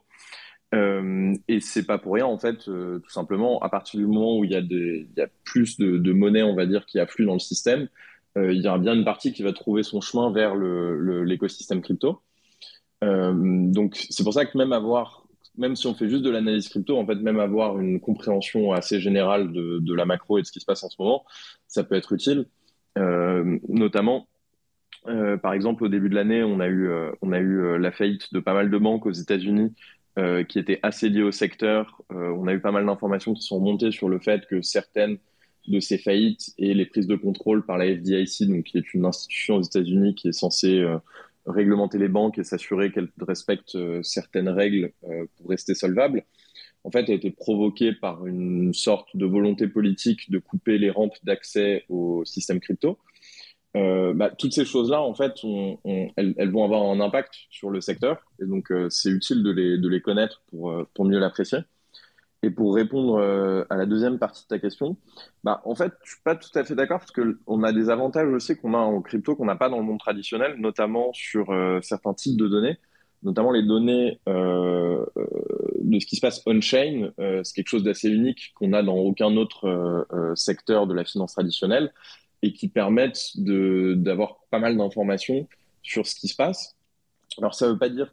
Et c'est pas pour rien en fait, tout simplement, à partir du moment où il y a plus de monnaie, on va dire, qui afflue dans le système, il y aura bien une partie qui va trouver son chemin vers l'écosystème crypto. Donc c'est pour ça que même si on fait juste de l'analyse crypto, en fait, même avoir une compréhension assez générale de la macro et de ce qui se passe en ce moment, ça peut être utile. Notamment, par exemple, au début de l'année, on a eu la faillite de pas mal de banques aux États-Unis qui étaient assez liées au secteur. On a eu pas mal d'informations qui sont remontées sur le fait que certaines de ces faillites et les prises de contrôle par la FDIC, donc qui est une institution aux États-Unis qui est censée réglementer les banques et s'assurer qu'elles respectent certaines règles pour rester solvables, en fait, a été provoquée par une sorte de volonté politique de couper les rampes d'accès au système crypto. Toutes ces choses-là, en fait, elles vont avoir un impact sur le secteur. Et donc, c'est utile de les connaître pour mieux l'apprécier. Et pour répondre à la deuxième partie de ta question, en fait, je suis pas tout à fait d'accord parce que on a des avantages aussi qu'on a en crypto qu'on n'a pas dans le monde traditionnel, notamment sur certains types de données, notamment les données de ce qui se passe on-chain. C'est quelque chose d'assez unique qu'on a dans aucun autre secteur de la finance traditionnelle et qui permettent d'avoir pas mal d'informations sur ce qui se passe. Alors, ça ne veut pas dire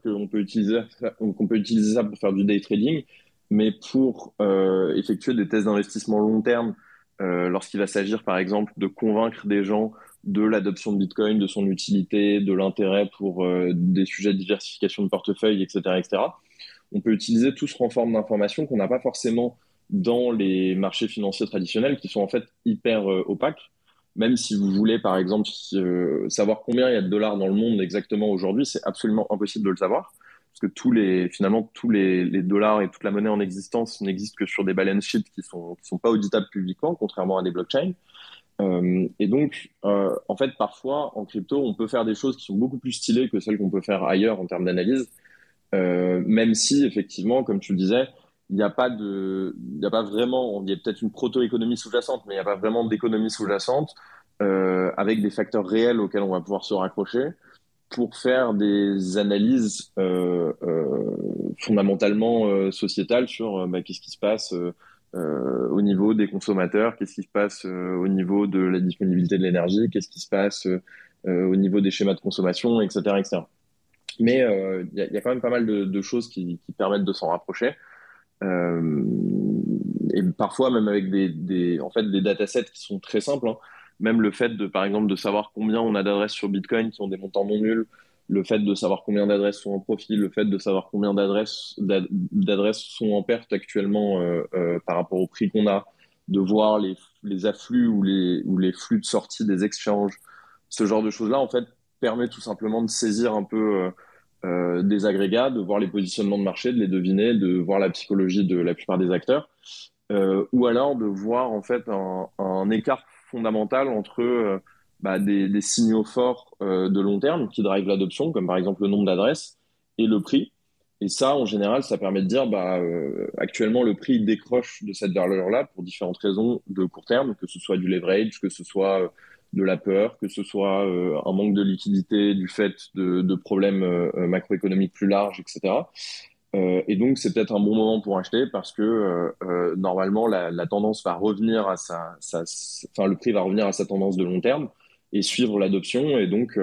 qu'on peut utiliser ça pour faire du day trading, mais pour effectuer des tests d'investissement long terme, lorsqu'il va s'agir, par exemple, de convaincre des gens de l'adoption de Bitcoin, de son utilité, de l'intérêt pour des sujets de diversification de portefeuille, etc., etc. On peut utiliser tout ce renfort d'informations qu'on n'a pas forcément dans les marchés financiers traditionnels, qui sont en fait hyper opaques. Même si vous voulez, par exemple, savoir combien il y a de dollars dans le monde exactement aujourd'hui, c'est absolument impossible de le savoir. Parce que finalement, tous les dollars et toute la monnaie en existence n'existent que sur des balance sheets qui sont pas auditables publiquement, contrairement à des blockchains. Et donc, en fait, parfois, en crypto, on peut faire des choses qui sont beaucoup plus stylées que celles qu'on peut faire ailleurs en termes d'analyse. Même si, effectivement, comme tu le disais, il n'y a pas vraiment, il y a peut-être une proto-économie sous-jacente, mais il n'y a pas vraiment d'économie sous-jacente avec des facteurs réels auxquels on va pouvoir se raccrocher pour faire des analyses fondamentalement sociétales sur qu'est-ce qui se passe au niveau des consommateurs, qu'est-ce qui se passe au niveau de la disponibilité de l'énergie, qu'est-ce qui se passe au niveau des schémas de consommation, etc., etc. Mais y a quand même pas mal de choses qui permettent de s'en rapprocher. et parfois même avec en fait, des datasets qui sont très simples, hein. Même le fait par exemple, de savoir combien on a d'adresses sur Bitcoin qui ont des montants non nuls, le fait de savoir combien d'adresses sont en profil, le fait de savoir combien d'adresses sont en perte actuellement par rapport au prix qu'on a, de voir les afflux ou les flux de sortie des exchanges, ce genre de choses-là, en fait, permet tout simplement de saisir un peu des agrégats, de voir les positionnements de marché, de les deviner, de voir la psychologie de la plupart des acteurs, ou alors de voir en fait un écart fondamental entre des signaux forts de long terme qui drivent l'adoption, comme par exemple le nombre d'adresses et le prix. Et ça, en général, ça permet de dire, actuellement, le prix décroche de cette valeur-là pour différentes raisons de court terme, que ce soit du leverage, que ce soit de la peur, que ce soit un manque de liquidité du fait de problèmes macroéconomiques plus larges, etc. Et donc, c'est peut-être un bon moment pour acheter parce que normalement, la tendance va revenir à enfin, le prix va revenir à sa tendance de long terme et suivre l'adoption. Et donc,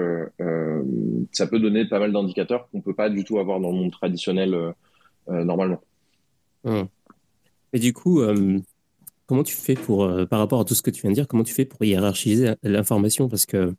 ça peut donner pas mal d'indicateurs qu'on peut pas du tout avoir dans le monde traditionnel normalement. Hum. Et du coup, comment tu fais pour, par rapport à tout ce que tu viens de dire, comment tu fais pour hiérarchiser l'information? Parce que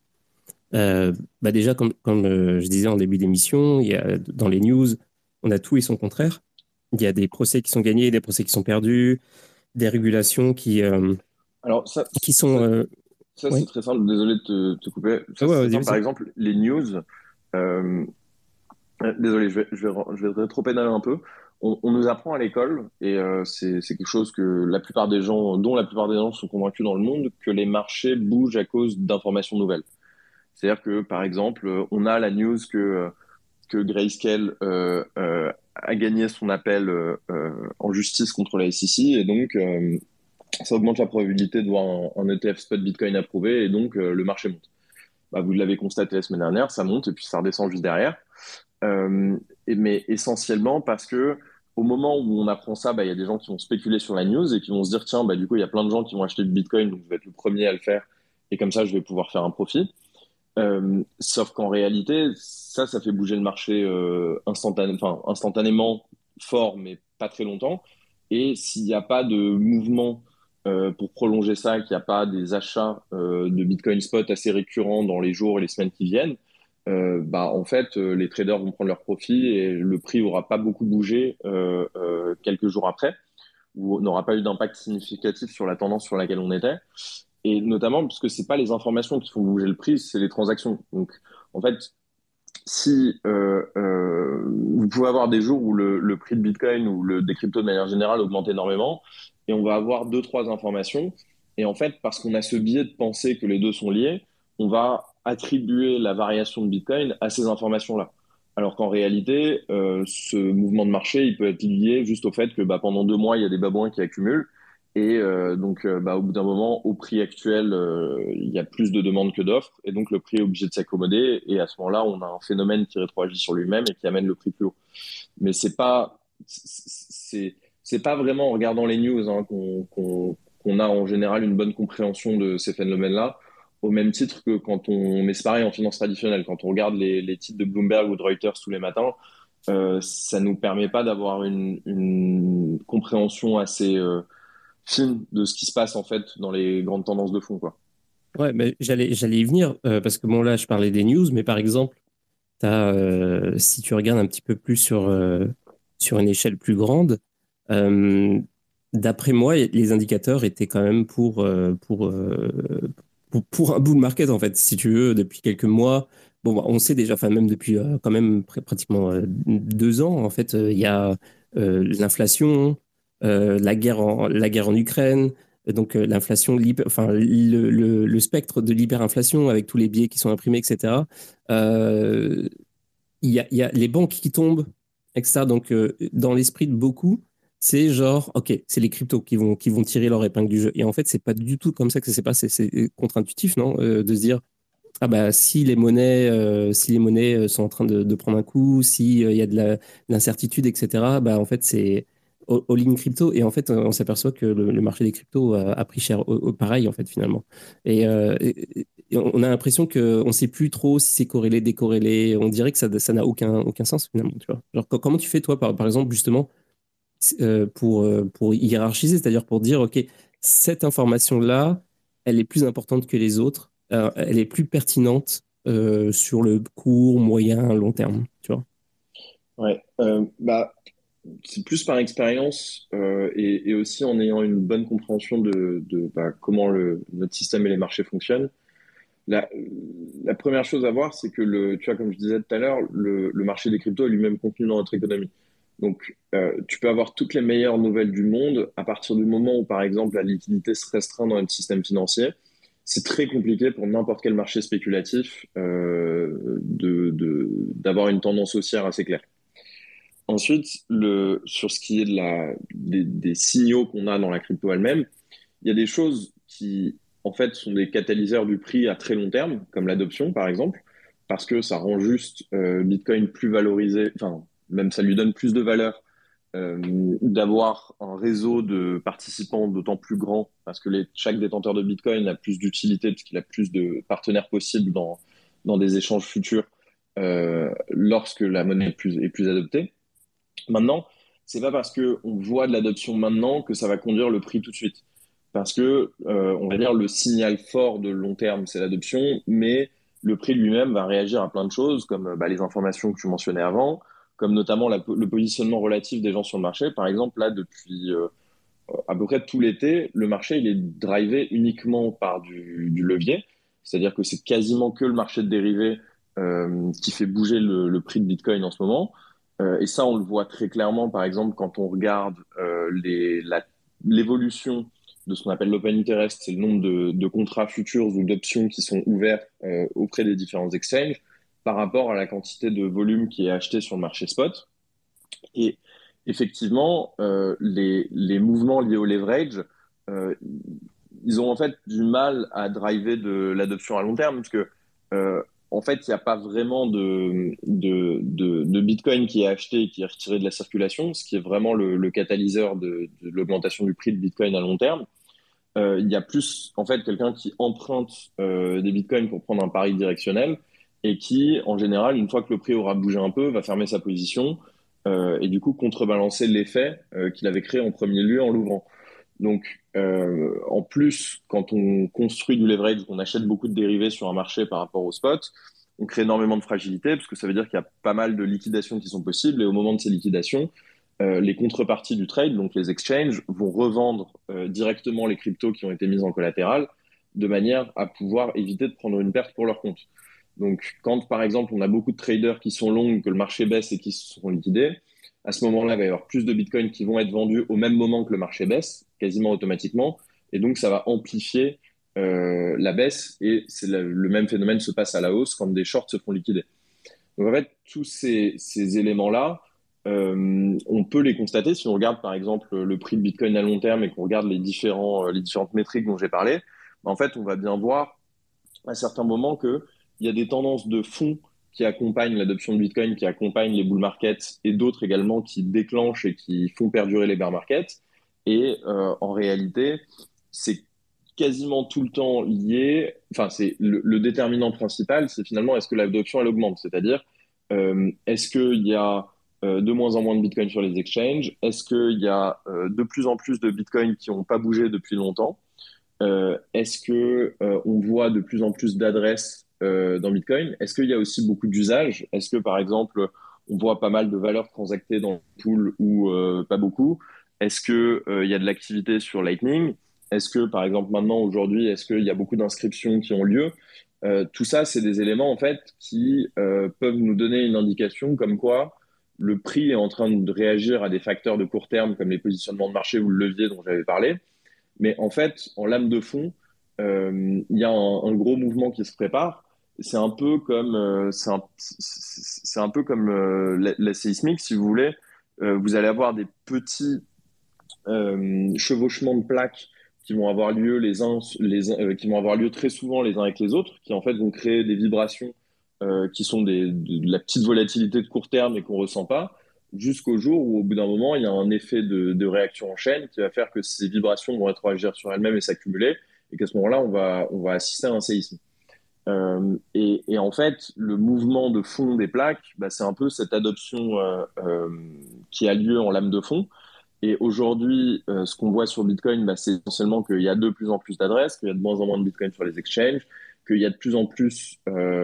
déjà, comme je disais en début d'émission, il y a, dans les news, on a tout et son contraire. Il y a des procès qui sont gagnés, des procès qui sont perdus, des régulations Alors, ça, qui sont... ça c'est oui, très simple. Désolé de te couper. ah Ça, ouais, c'est très vas-y, simple. Par vas-y. exemple, les news. euh, Désolé, je vais rétro-pédaler un peu. On nous apprend à l'école, et c'est quelque chose que la plupart des gens, dont la plupart des gens sont convaincus dans le monde, que les marchés bougent à cause d'informations nouvelles. C'est-à-dire que, par exemple, on a la news que Grayscale a gagné son appel en justice contre la SEC, et donc ça augmente la probabilité de voir un ETF spot Bitcoin approuvé, et donc le marché monte. Bah, vous l'avez constaté la semaine dernière, ça monte, et puis ça redescend juste derrière. Euh, mais essentiellement parce que au moment où on apprend ça, il y a des gens qui vont spéculer sur la news et qui vont se dire, tiens, du coup, il y a plein de gens qui vont acheter du Bitcoin, donc je vais être le premier à le faire, et comme ça, je vais pouvoir faire un profit. Sauf qu'en réalité, ça fait bouger le marché instantanément fort, mais pas très longtemps. Et s'il n'y a pas de mouvement pour prolonger ça, qu'il n'y a pas des achats de Bitcoin spot assez récurrents dans les jours et les semaines qui viennent, en fait, les traders vont prendre leur profit et le prix n'aura pas beaucoup bougé quelques jours après, ou n'aura pas eu d'impact significatif sur la tendance sur laquelle on était. Et notamment parce que c'est pas les informations qui font bouger le prix, c'est les transactions. Donc, en fait, si vous pouvez avoir des jours où le prix de Bitcoin ou des cryptos de manière générale augmente énormément, et on va avoir deux, trois informations. Et en fait, parce qu'on a ce biais de penser que les deux sont liés, on va attribuer la variation de Bitcoin à ces informations-là. Alors qu'en réalité, ce mouvement de marché, il peut être lié juste au fait que pendant 2 mois, il y a des babouins qui accumulent. Et au bout d'un moment, au prix actuel, il y a plus de demandes que d'offres, et donc le prix est obligé de s'accommoder. Et à ce moment-là, on a un phénomène qui rétroagit sur lui-même et qui amène le prix plus haut. Mais c'est pas vraiment en regardant les news hein, qu'on a en général une bonne compréhension de ces phénomènes-là. Au même titre que mais c'est pareil en finance traditionnelle, quand on regarde les titres de Bloomberg ou de Reuters tous les matins, ça nous permet pas d'avoir une compréhension assez fine de ce qui se passe en fait dans les grandes tendances de fond, quoi. Ouais, mais j'allais y venir parce que bon, là, je parlais des news, mais par exemple, si tu regardes un petit peu plus sur une échelle plus grande, euh, d'après moi, les indicateurs étaient quand même pour un bull market, en fait, si tu veux, depuis quelques mois. Bon, on sait déjà, enfin, même depuis quand même pratiquement 2 ans, en fait, il y a l'inflation, la guerre en Ukraine, donc l'inflation, enfin, le spectre de l'hyperinflation avec tous les biais qui sont imprimés, etc. Euh, il y a les banques qui tombent, etc. Donc, dans l'esprit de beaucoup, c'est genre, OK, c'est les cryptos qui vont tirer leur épingle du jeu. Et en fait, c'est pas du tout comme ça que ça s'est passé. C'est contre-intuitif, non? De se dire, ah bah, si les monnaies sont en train de prendre un coup, si il y a de l'incertitude, etc., bah, en fait, c'est all-in crypto. Et en fait, on s'aperçoit que le marché des cryptos a pris cher pareil, en fait, finalement. Et on a l'impression qu'on ne sait plus trop si c'est corrélé, décorrélé. On dirait que ça n'a aucun sens, finalement, tu vois. Genre, comment tu fais, toi, par exemple, justement, pour hiérarchiser, c'est-à-dire pour dire, OK, cette information-là, elle est plus importante que les autres, elle est plus pertinente sur le court, moyen, long terme, tu vois. Ouais, c'est plus par expérience et aussi en ayant une bonne compréhension de comment notre système et les marchés fonctionnent. La, la première chose à voir, c'est que tu vois, comme je disais tout à l'heure, le marché des cryptos est lui-même contenu dans notre économie. Donc, tu peux avoir toutes les meilleures nouvelles du monde à partir du moment où, par exemple, la liquidité se restreint dans notre système financier. C'est très compliqué pour n'importe quel marché spéculatif d'avoir une tendance haussière assez claire. Ensuite, sur ce qui est des signaux qu'on a dans la crypto elle-même, il y a des choses qui, en fait, sont des catalyseurs du prix à très long terme, comme l'adoption, par exemple, parce que ça rend juste Bitcoin plus valorisé, enfin, même ça lui donne plus de valeur d'avoir un réseau de participants d'autant plus grand, parce que chaque détenteur de Bitcoin a plus d'utilité, parce qu'il a plus de partenaires possibles dans des échanges futurs lorsque la monnaie est plus adoptée. Maintenant, c'est pas parce que on voit de l'adoption maintenant que ça va conduire le prix tout de suite. Parce que, on va dire, le signal fort de long terme, c'est l'adoption, mais le prix lui-même va réagir à plein de choses, comme les informations que tu mentionnais avant, comme notamment le positionnement relatif des gens sur le marché. Par exemple, là, depuis à peu près tout l'été, le marché, il est drivé uniquement par du levier. C'est-à-dire que c'est quasiment que le marché de dérivés qui fait bouger le prix de Bitcoin en ce moment. Et ça, on le voit très clairement, par exemple, quand on regarde l'évolution de ce qu'on appelle l'open interest, c'est le nombre de contrats futurs ou d'options qui sont ouverts auprès des différents exchanges par rapport à la quantité de volume qui est acheté sur le marché spot. Et effectivement, les mouvements liés au leverage, euh, ils ont en fait du mal à driver de l'adoption à long terme, parce que en fait, il n'y a pas vraiment de Bitcoin qui est acheté et qui est retiré de la circulation, ce qui est vraiment le catalyseur de l'augmentation du prix de Bitcoin à long terme. Il y a plus en fait quelqu'un qui emprunte des Bitcoins pour prendre un pari directionnel et qui, en général, une fois que le prix aura bougé un peu, va fermer sa position et du coup contrebalancer l'effet qu'il avait créé en premier lieu en l'ouvrant. Donc, en plus, quand on construit du leverage, qu'on achète beaucoup de dérivés sur un marché par rapport au spot, on crée énormément de fragilité parce que ça veut dire qu'il y a pas mal de liquidations qui sont possibles et au moment de ces liquidations, les contreparties du trade, donc les exchanges, vont revendre directement les cryptos qui ont été mises en collatéral de manière à pouvoir éviter de prendre une perte pour leur compte. Donc, quand par exemple on a beaucoup de traders qui sont longs, que le marché baisse et qui se sont liquidés, à ce moment-là, il va y avoir plus de bitcoins qui vont être vendus au même moment que le marché baisse, quasiment automatiquement, et donc ça va amplifier la baisse, et le même phénomène se passe à la hausse quand des shorts se font liquider. Donc en fait, tous ces éléments-là, on peut les constater si on regarde par exemple le prix de Bitcoin à long terme et qu'on regarde les différentes métriques dont j'ai parlé. En fait, on va bien voir à certains moments qu'il y a des tendances de fond qui accompagnent l'adoption de Bitcoin, qui accompagnent les bull markets et d'autres également qui déclenchent et qui font perdurer les bear markets. Et en réalité, c'est quasiment tout le temps lié, enfin c'est le déterminant principal, c'est finalement est-ce que l'adoption elle augmente, c'est-à-dire est-ce qu'il y a de moins en moins de Bitcoin sur les exchanges, est-ce qu'il y a de plus en plus de Bitcoin qui n'ont pas bougé depuis longtemps, est-ce que on voit de plus en plus d'adresses dans Bitcoin, est-ce qu'il y a aussi beaucoup d'usages, est-ce que par exemple on voit pas mal de valeurs transactées dans le pool ou pas beaucoup, est-ce que il y a de l'activité sur Lightning, est-ce que, par exemple, maintenant, aujourd'hui, est-ce qu'il y a beaucoup d'inscriptions qui ont lieu? Tout ça, c'est des éléments, en fait, qui peuvent nous donner une indication comme quoi le prix est en train de réagir à des facteurs de court terme, comme les positionnements de marché ou le levier dont j'avais parlé. Mais en fait, en lame de fond, il y a un gros mouvement qui se prépare. C'est un peu comme, c'est un peu comme la séismique, si vous voulez. Vous allez avoir des petits chevauchements de plaques qui vont avoir lieu qui vont avoir lieu très souvent les uns avec les autres, qui en fait vont créer des vibrations qui sont de la petite volatilité de court terme et qu'on ressent pas, jusqu'au jour où au bout d'un moment il y a un effet de réaction en chaîne qui va faire que ces vibrations vont rétroagir sur elles-mêmes et s'accumuler, et qu'à ce moment-là on va assister à un séisme. Et en fait, le mouvement de fond des plaques, bah, c'est un peu cette adoption qui a lieu en lame de fond. Et aujourd'hui, ce qu'on voit sur Bitcoin, c'est essentiellement qu'il y a de plus en plus d'adresses, qu'il y a de moins en moins de Bitcoin sur les exchanges, qu'il y a de plus en plus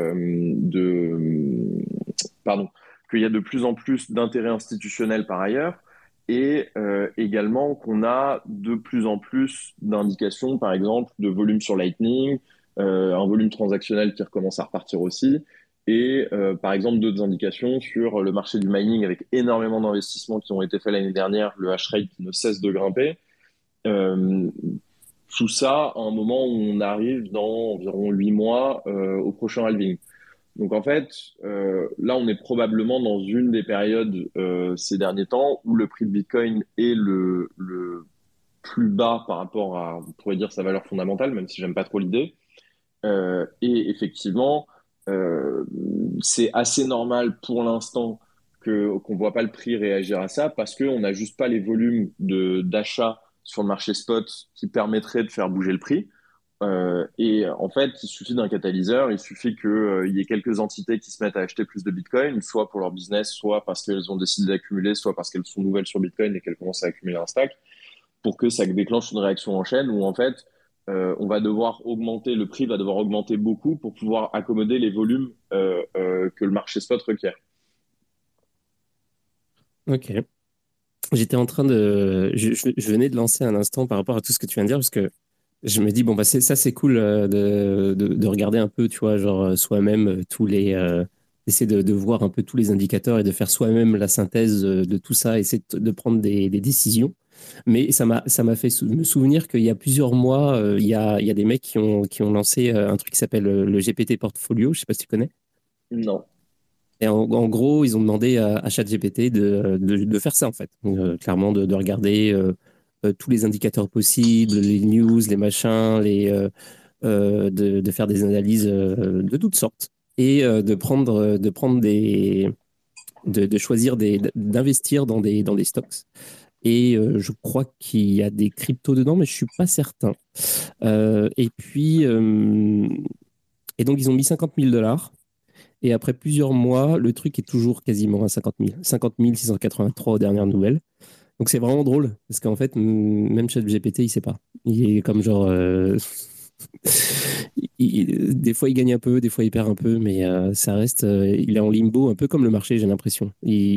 pardon, qu'il y a de plus en plus d'intérêts institutionnels par ailleurs, et également qu'on a de plus en plus d'indications, par exemple, de volume sur Lightning, un volume transactionnel qui recommence à repartir aussi, et par exemple d'autres indications sur le marché du mining avec énormément d'investissements qui ont été faits l'année dernière, le hash rate qui ne cesse de grimper. Euh, Tout ça à un moment où on arrive dans environ 8 mois au prochain halving. Donc en fait, là on est probablement dans une des périodes ces derniers temps où le prix de Bitcoin est le plus bas par rapport à, on pourrait dire, sa valeur fondamentale, même si j'aime pas trop l'idée. Et effectivement, euh, c'est assez normal pour l'instant qu'on voit pas le prix réagir à ça parce qu'on n'a juste pas les volumes d'achat sur le marché spot qui permettraient de faire bouger le prix. Et en fait, il suffit d'un catalyseur, il suffit qu'il y ait quelques entités qui se mettent à acheter plus de Bitcoin, soit pour leur business, soit parce qu'elles ont décidé d'accumuler, soit parce qu'elles sont nouvelles sur Bitcoin et qu'elles commencent à accumuler un stack, pour que ça déclenche une réaction en chaîne où en fait, on va devoir augmenter, le prix va devoir augmenter beaucoup pour pouvoir accommoder les volumes que le marché spot requiert. Ok. J'étais en train de. Je venais de lancer un instant par rapport à tout ce que tu viens de dire, parce que je me dis, bon, bah, ça, c'est cool de regarder un peu, tu vois, genre soi-même tous les. Essayer de voir un peu tous les indicateurs et de faire soi-même la synthèse de tout ça, essayer de prendre des décisions. Mais ça m'a fait me souvenir qu'il y a plusieurs mois, il y a des mecs qui ont lancé un truc qui s'appelle le GPT Portfolio, je sais pas si tu connais. Non. Et en gros, ils ont demandé à ChatGPT de faire ça, en fait. Clairement, de regarder tous les indicateurs possibles, les news, les machins, de faire des analyses de toutes sortes et de prendre de choisir d'investir dans des stocks. Et je crois qu'il y a des cryptos dedans, mais je suis pas certain. Et puis, et donc, ils ont mis 50 000 dollars. Et après plusieurs mois, le truc est toujours quasiment à 50 000. 50 683 aux dernières nouvelles. Donc c'est vraiment drôle, parce qu'en fait, même ChatGPT, il sait pas. Il est comme genre... des fois, il gagne un peu, des fois, il perd un peu, mais ça reste... il est en limbo, un peu comme le marché, j'ai l'impression.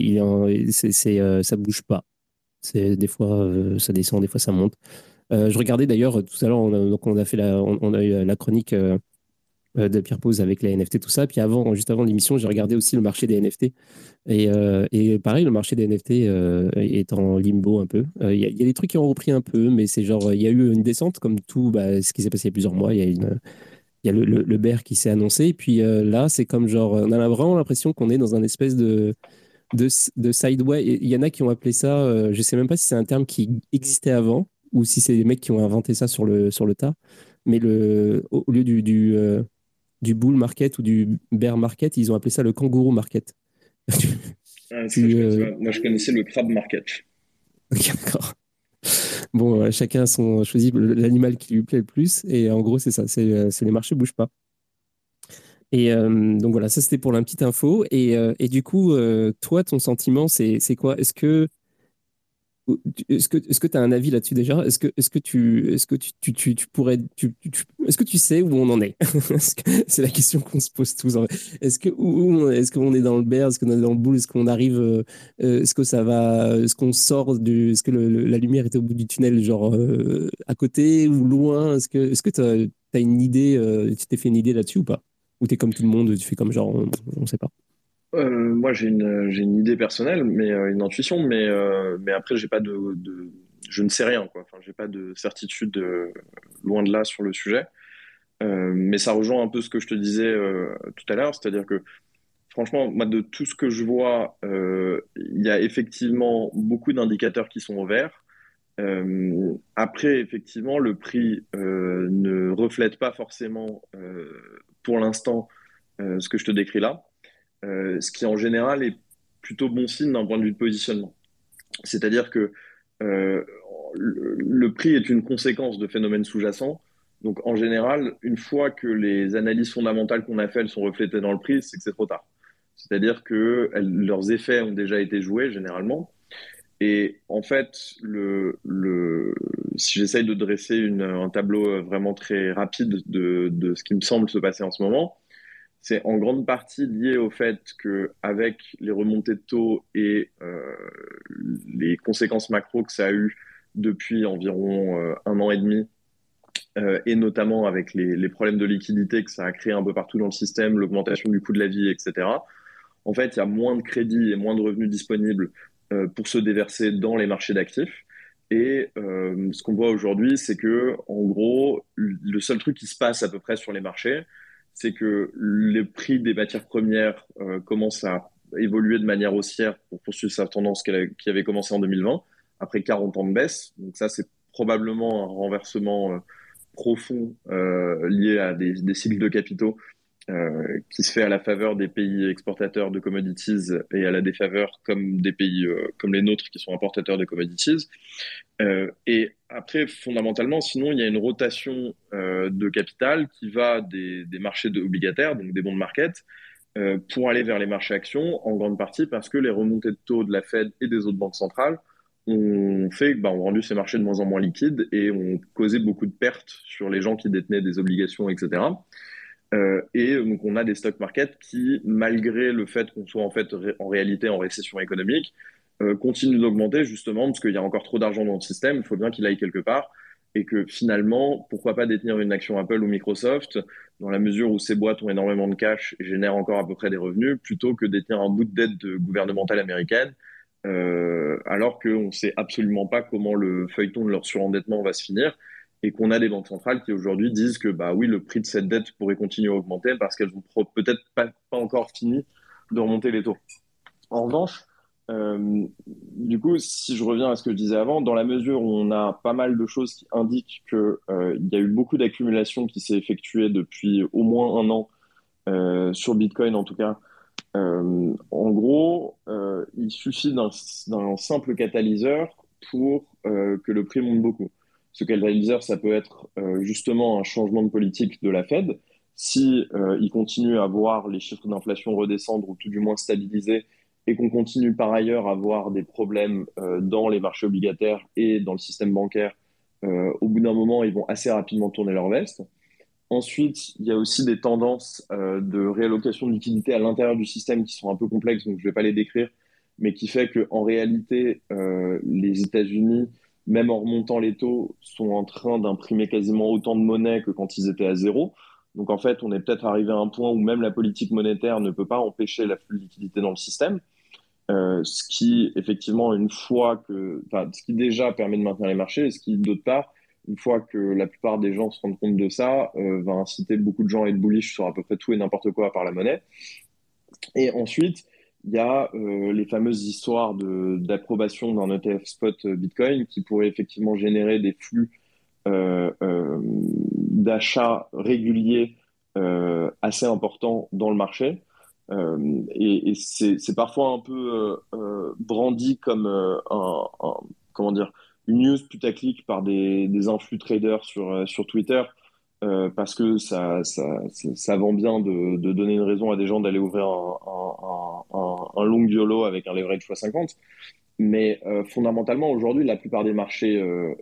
Ça bouge pas. Des fois, ça descend, des fois, ça monte. Je regardais d'ailleurs, tout à l'heure, on a fait on a eu la chronique de Pierre Pose avec les NFT, tout ça. Puis avant, juste avant l'émission, j'ai regardé aussi le marché des NFT. Et pareil, le marché des NFT est en limbo un peu. Il y a des trucs qui ont repris un peu, mais c'est genre, il y a eu une descente, comme tout ce qui s'est passé il y a plusieurs mois. Il y a le bear qui s'est annoncé. Et puis là, c'est comme genre, on a vraiment l'impression qu'on est dans un espèce de sideway. Il y en a qui ont appelé ça, je sais même pas si c'est un terme qui existait avant ou si c'est des mecs qui ont inventé ça sur le tas. Mais au lieu du bull market ou du bear market, ils ont appelé ça le kangourou market. Ah, ça, Tu, moi, je connaissais le crab market. Ok, d'accord. Bon, chacun choisit l'animal qui lui plaît le plus. Et en gros, c'est ça. C'est les marchés bougent pas. Et donc voilà, ça c'était pour la petite info. Et du coup, toi, ton sentiment, c'est quoi? Est-ce que tu as un avis là-dessus déjà? Est-ce que tu pourrais, est-ce que tu sais où on en est? C'est la question qu'on se pose tous. En fait. Est-ce qu'on est dans le bear? Est-ce qu'on est dans le bull? Est-ce qu'on arrive, est-ce que ça va, est-ce qu'on sort est-ce que la lumière est au bout du tunnel, genre à côté ou loin? Est-ce que t'as une idée, tu t'es fait une idée là-dessus ou pas? Ou t'es comme tout le monde, tu fais comme genre, on sait pas. Moi, j'ai une idée personnelle, mais une intuition, mais après, j'ai pas je ne sais rien, quoi. Enfin, j'ai pas de certitude loin de là sur le sujet. Mais ça rejoint un peu ce que je te disais tout à l'heure, c'est-à-dire que franchement, moi, de tout ce que je vois, il y a effectivement beaucoup d'indicateurs qui sont au vert. Après, effectivement, le prix ne reflète pas forcément, pour l'instant, ce que je te décris là, ce qui en général est plutôt bon signe d'un point de vue de positionnement. C'est-à-dire que euh, le prix est une conséquence de phénomènes sous-jacents. Donc, en général, une fois que les analyses fondamentales qu'on a faites sont reflétées dans le prix, c'est que c'est trop tard. C'est-à-dire que leurs effets ont déjà été joués généralement. Et en fait, si j'essaye de dresser un tableau vraiment très rapide de ce qui me semble se passer en ce moment, c'est en grande partie lié au fait que avec les remontées de taux et les conséquences macro que ça a eu depuis environ un an et demi, et notamment avec les problèmes de liquidité que ça a créé un peu partout dans le système, l'augmentation du coût de la vie, etc. En fait, il y a moins de crédits et moins de revenus disponibles pour se déverser dans les marchés d'actifs. Et ce qu'on voit aujourd'hui, c'est que, en gros, le seul truc qui se passe à peu près sur les marchés, c'est que le prix des matières premières commence à évoluer de manière haussière pour poursuivre sa tendance qui avait commencé en 2020, après 40 ans de baisse. Donc ça, c'est probablement un renversement profond lié à des cycles de capitaux qui se fait à la faveur des pays exportateurs de commodities et à la défaveur comme des pays comme les nôtres qui sont importateurs de commodities. Et après, fondamentalement, sinon, il y a une rotation de capital qui va des marchés obligataires, donc des bond market, pour aller vers les marchés actions, en grande partie parce que les remontées de taux de la Fed et des autres banques centrales ont fait, ont rendu ces marchés de moins en moins liquides et ont causé beaucoup de pertes sur les gens qui détenaient des obligations, etc. Et donc on a des stock markets qui, malgré le fait qu'on soit en fait en réalité en récession économique, continuent d'augmenter justement parce qu'il y a encore trop d'argent dans le système. Il faut bien qu'il aille quelque part et que finalement, pourquoi pas détenir une action Apple ou Microsoft dans la mesure où ces boîtes ont énormément de cash et génèrent encore à peu près des revenus, plutôt que détenir un bout de dette gouvernementale américaine, alors qu'on ne sait absolument pas comment le feuilleton de leur surendettement va se finir et qu'on a des banques centrales qui aujourd'hui disent que bah oui, le prix de cette dette pourrait continuer à augmenter parce qu'elles ont peut-être pas encore fini de remonter les taux. En revanche, du coup, si je reviens à ce que je disais avant, dans la mesure où on a pas mal de choses qui indiquent que il y a eu beaucoup d'accumulation qui s'est effectuée depuis au moins un an sur Bitcoin en tout cas. En gros, il suffit d'un simple catalyseur pour que le prix monte beaucoup. Ce catalyseur, ça peut être justement un changement de politique de la Fed. Si il continue à voir les chiffres d'inflation redescendre ou tout du moins stabiliser, et qu'on continue par ailleurs à avoir des problèmes dans les marchés obligataires et dans le système bancaire, au bout d'un moment, ils vont assez rapidement tourner leur veste. Ensuite, il y a aussi des tendances de réallocation de liquidités à l'intérieur du système qui sont un peu complexes, donc je ne vais pas les décrire, mais qui fait qu'en réalité, les États-Unis, même en remontant les taux, sont en train d'imprimer quasiment autant de monnaie que quand ils étaient à zéro. Donc en fait, on est peut-être arrivé à un point où même la politique monétaire ne peut pas empêcher l'afflux de liquidités dans le système, ce qui effectivement, ce qui déjà permet de maintenir les marchés, et ce qui d'autre part une fois que la plupart des gens se rendent compte de ça, va inciter beaucoup de gens à être bullish sur à peu près tout et n'importe quoi à part la monnaie. Et ensuite, il y a les fameuses histoires d'approbation d'un ETF spot Bitcoin qui pourrait effectivement générer des flux d'achats réguliers assez importants dans le marché. Et c'est parfois un peu brandi comme comment dire, une news putaclic par des influx traders sur Twitter parce que ça vend bien de donner une raison à des gens d'aller ouvrir un long YOLO avec un leverage x50. Mais fondamentalement, aujourd'hui, la plupart des marchés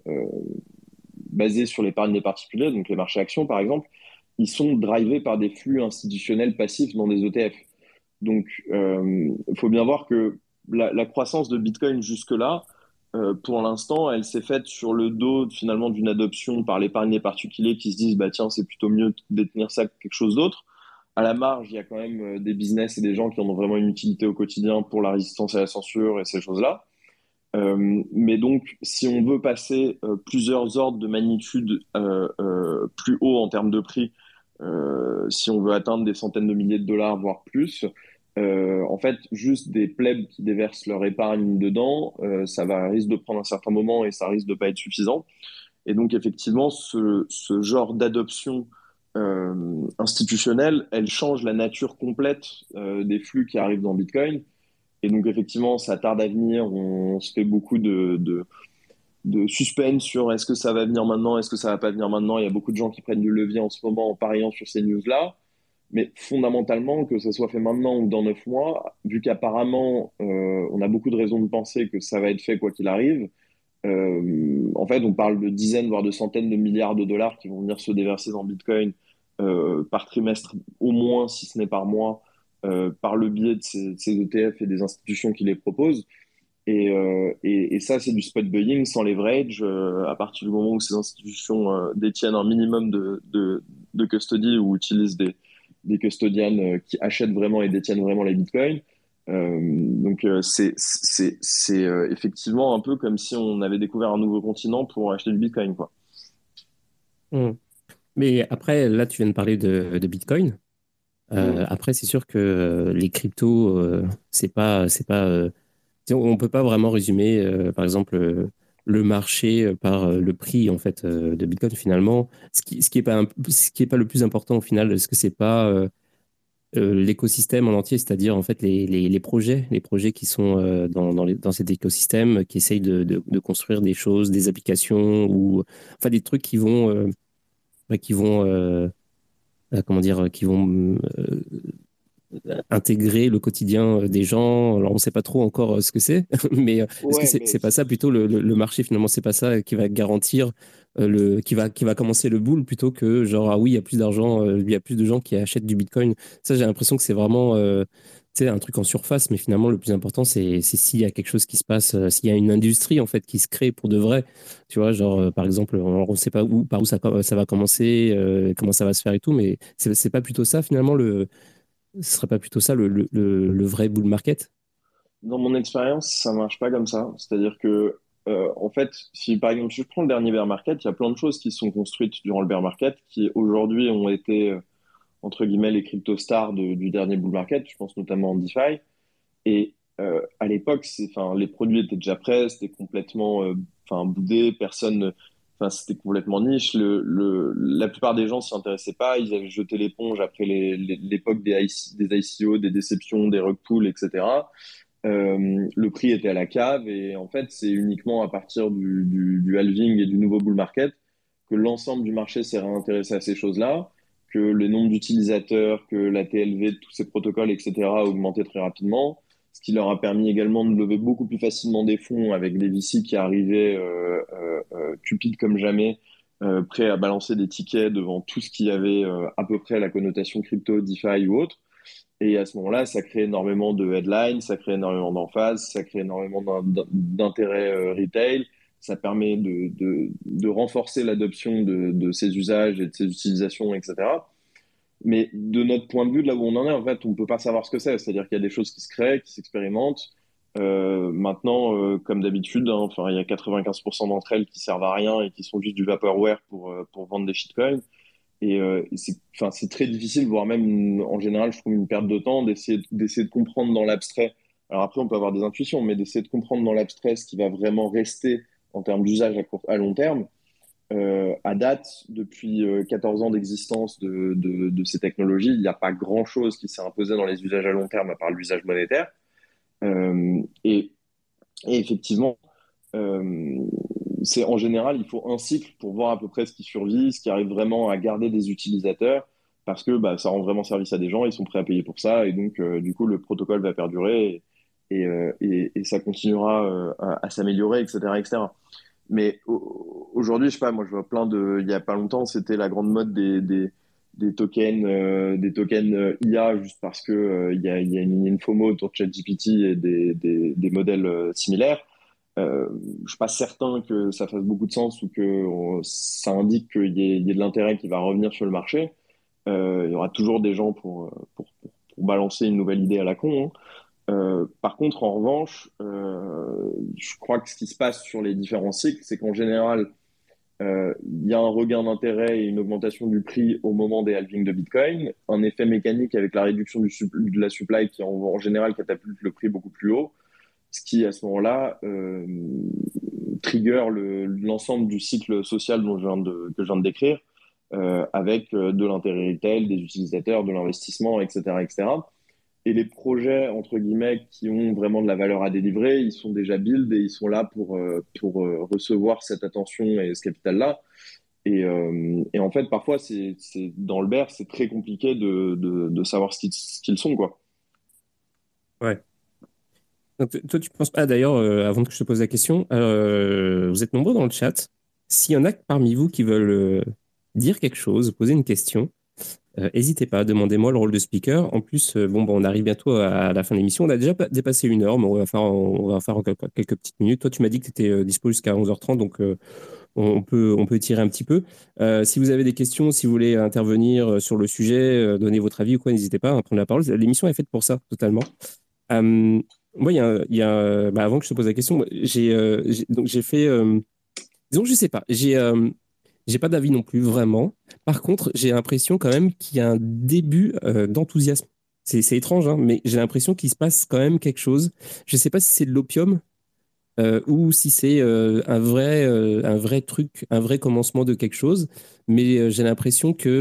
basés sur l'épargne des particuliers, donc les marchés actions par exemple, ils sont drivés par des flux institutionnels passifs dans des ETF. Donc, il faut bien voir que la croissance de Bitcoin jusque-là, pour l'instant, elle s'est faite sur le dos finalement d'une adoption par l'épargne des particuliers qui se disent bah tiens, c'est plutôt mieux de détenir ça que quelque chose d'autre. À la marge, il y a quand même des business et des gens qui en ont vraiment une utilité au quotidien pour la résistance à la censure et ces choses-là. Mais donc, si on veut passer plusieurs ordres de magnitude plus haut en termes de prix, si on veut atteindre des centaines de milliers de dollars, voire plus, en fait, juste des plebs qui déversent leur épargne dedans, risque de prendre un certain moment et ça risque de pas être suffisant. Et donc, effectivement, ce genre d'adoption institutionnelle, elle change la nature complète des flux qui arrivent dans Bitcoin. Et donc, effectivement, ça tarde à venir. On se fait beaucoup de suspense sur est-ce que ça va venir maintenant, est-ce que ça va pas venir maintenant. Il y a beaucoup de gens qui prennent du levier en ce moment en pariant sur ces news-là. Mais fondamentalement, que ce soit fait maintenant ou dans 9 mois, vu qu'apparemment, on a beaucoup de raisons de penser que ça va être fait quoi qu'il arrive, en fait, on parle de dizaines, voire de centaines de milliards de dollars qui vont venir se déverser dans Bitcoin par trimestre, au moins, si ce n'est par mois, par le biais de ces ETF et des institutions qui les proposent. Et ça, c'est du spot buying sans leverage. À partir du moment où ces institutions détiennent un minimum de custody ou utilisent des custodians qui achètent vraiment et détiennent vraiment les bitcoins. Donc, c'est effectivement un peu comme si on avait découvert un nouveau continent pour acheter du bitcoin, quoi. Hmm. Mais après, là, tu viens de parler de Bitcoin. Mm. Après, c'est sûr que les cryptos, c'est pas, on peut pas vraiment résumer, par exemple, le marché par le prix en fait de Bitcoin finalement. Ce qui est pas le plus important au final, est-ce que c'est pas l'écosystème en entier, c'est-à-dire en fait les projets qui sont dans cet écosystème, qui essayent de construire des choses, des applications ou enfin des trucs qui vont comment dire, qui vont intégrer le quotidien des gens. Alors, on ne sait pas trop encore ce que c'est, mais est-ce que Ouais, mais c'est pas ça plutôt le marché finalement, c'est pas ça qui va garantir qui va commencer le boom plutôt que genre ah oui, il y a plus d'argent, il y a plus de gens qui achètent du Bitcoin. Ça, j'ai l'impression que c'est vraiment tu sais, un truc en surface, mais finalement, le plus important, c'est s'il y a quelque chose qui se passe, s'il y a une industrie en fait qui se crée pour de vrai. Tu vois, genre par exemple, on ne sait pas par où ça va commencer, comment ça va se faire et tout, mais c'est pas plutôt ça finalement ce serait pas plutôt ça le vrai bull market? dans mon expérience, ça marche pas comme ça. C'est-à-dire que, en fait, si par exemple, si je prends le dernier bear market, il y a plein de choses qui se sont construites durant le bear market qui aujourd'hui ont été, entre guillemets, les crypto stars du dernier bull market. Je pense notamment en DeFi. Et à l'époque, enfin, les produits étaient déjà prêts, c'était complètement, enfin, boudé, personne, enfin, c'était complètement niche. La plupart des gens s'y intéressaient pas, ils avaient jeté l'éponge après l'époque des ICO, des déceptions, des rug pulls, etc. Le prix était à la cave et en fait, c'est uniquement à partir du halving et du nouveau bull market que l'ensemble du marché s'est réintéressé à ces choses-là, que le nombre d'utilisateurs, que la TLV de tous ces protocoles, etc., a augmenté très rapidement, ce qui leur a permis également de lever beaucoup plus facilement des fonds avec des VC qui arrivaient cupides comme jamais, prêts à balancer des tickets devant tout ce qui avait à peu près la connotation crypto, DeFi ou autre. Et à ce moment-là, ça crée énormément de headlines, ça crée énormément d'emphase, ça crée énormément d'intérêt retail. Ça permet de renforcer l'adoption de ces usages et de ces utilisations, etc. Mais de notre point de vue, de là où on en est, en fait, on ne peut pas savoir ce que c'est. C'est-à-dire qu'il y a des choses qui se créent, qui s'expérimentent. Maintenant, comme d'habitude, hein, enfin, il y a 95% d'entre elles qui servent à rien et qui sont juste du vaporware pour vendre des shitcoins. Et enfin, c'est très difficile, voire même en général, je trouve une perte de temps d'essayer de comprendre dans l'abstrait. Alors après, on peut avoir des intuitions, mais d'essayer de comprendre dans l'abstrait ce qui va vraiment rester en termes d'usage à long terme. À date, depuis 14 ans d'existence de ces technologies, il n'y a pas grand-chose qui s'est imposé dans les usages à long terme à part l'usage monétaire. Euh, et, et effectivement, euh, c'est en général, il faut un cycle pour voir à peu près ce qui survit, ce qui arrive vraiment à garder des utilisateurs, parce que bah, ça rend vraiment service à des gens, ils sont prêts à payer pour ça, et donc du coup le protocole va perdurer et ça continuera à s'améliorer, etc., etc. Mais aujourd'hui, je sais pas, moi je vois plein de, il y a pas longtemps, c'était la grande mode des tokens IA juste parce que il y a une FOMO autour de ChatGPT et des modèles similaires. Je suis pas certain que ça fasse beaucoup de sens ou que ça indique qu'il y ait de l'intérêt qui va revenir sur le marché. Il y aura toujours des gens pour balancer une nouvelle idée à la con, hein. Par contre, en revanche, je crois que ce qui se passe sur les différents cycles, c'est qu'en général, il y a un regain d'intérêt et une augmentation du prix au moment des halvings de Bitcoin, un effet mécanique avec la réduction de la supply qui en général catapulte le prix beaucoup plus haut, ce qui à ce moment-là trigger l'ensemble du cycle social que je viens de décrire, avec de l'intérêt retail, des utilisateurs, de l'investissement, etc., etc. Et les projets, entre guillemets, qui ont vraiment de la valeur à délivrer, ils sont déjà build et ils sont là pour recevoir cette attention et ce capital-là. Et en fait, parfois, dans le bear, c'est très compliqué de savoir ce qu'ils sont, quoi. Ouais. Donc, toi, tu penses pas, d'ailleurs, avant que je te pose la question, vous êtes nombreux dans le chat. S'il y en a parmi vous qui veulent dire quelque chose, poser une question, n'hésitez pas, demandez-moi le rôle de speaker. En plus, bon, on arrive bientôt à la fin de l'émission. On a déjà dépassé 1 heure, mais on va faire encore quelques petites minutes. Toi, tu m'as dit que tu étais dispo jusqu'à 11h30, donc on peut étirer un petit peu. Si vous avez des questions, si vous voulez intervenir sur le sujet, donner votre avis ou quoi, n'hésitez pas à prendre la parole. L'émission est faite pour ça, totalement. Moi, avant que je te pose la question, moi, donc j'ai fait. Disons que je sais pas. J'ai pas d'avis non plus vraiment. Par contre, j'ai l'impression quand même qu'il y a un début d'enthousiasme. C'est étrange, hein, mais j'ai l'impression qu'il se passe quand même quelque chose. Je sais pas si c'est de l'opium ou si c'est un vrai truc, un vrai commencement de quelque chose. Mais j'ai l'impression que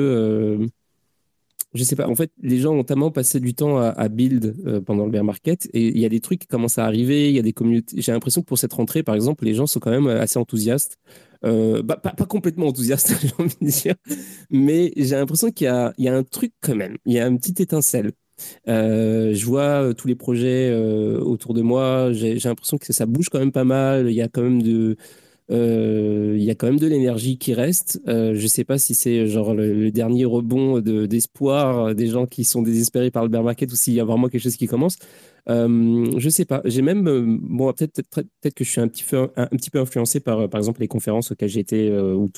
je sais pas. En fait, les gens ont tellement passé du temps à build pendant le bear market et il y a des trucs qui commencent à arriver. Il y a des communautés. J'ai l'impression que pour cette rentrée, par exemple, les gens sont quand même assez enthousiastes. Pas complètement enthousiastes, j'ai envie de dire, mais j'ai l'impression qu'il y a un truc quand même. Il y a une petite étincelle. Je vois tous les projets autour de moi. J'ai l'impression que ça bouge quand même pas mal. Il y a quand même de l'énergie qui reste. Je sais pas si c'est genre le dernier rebond d'espoir des gens qui sont désespérés par le bear market ou s'il y a vraiment quelque chose qui commence. Je sais pas. J'ai même bon peut-être que je suis un petit peu influencé par exemple les conférences auxquelles j'ai été où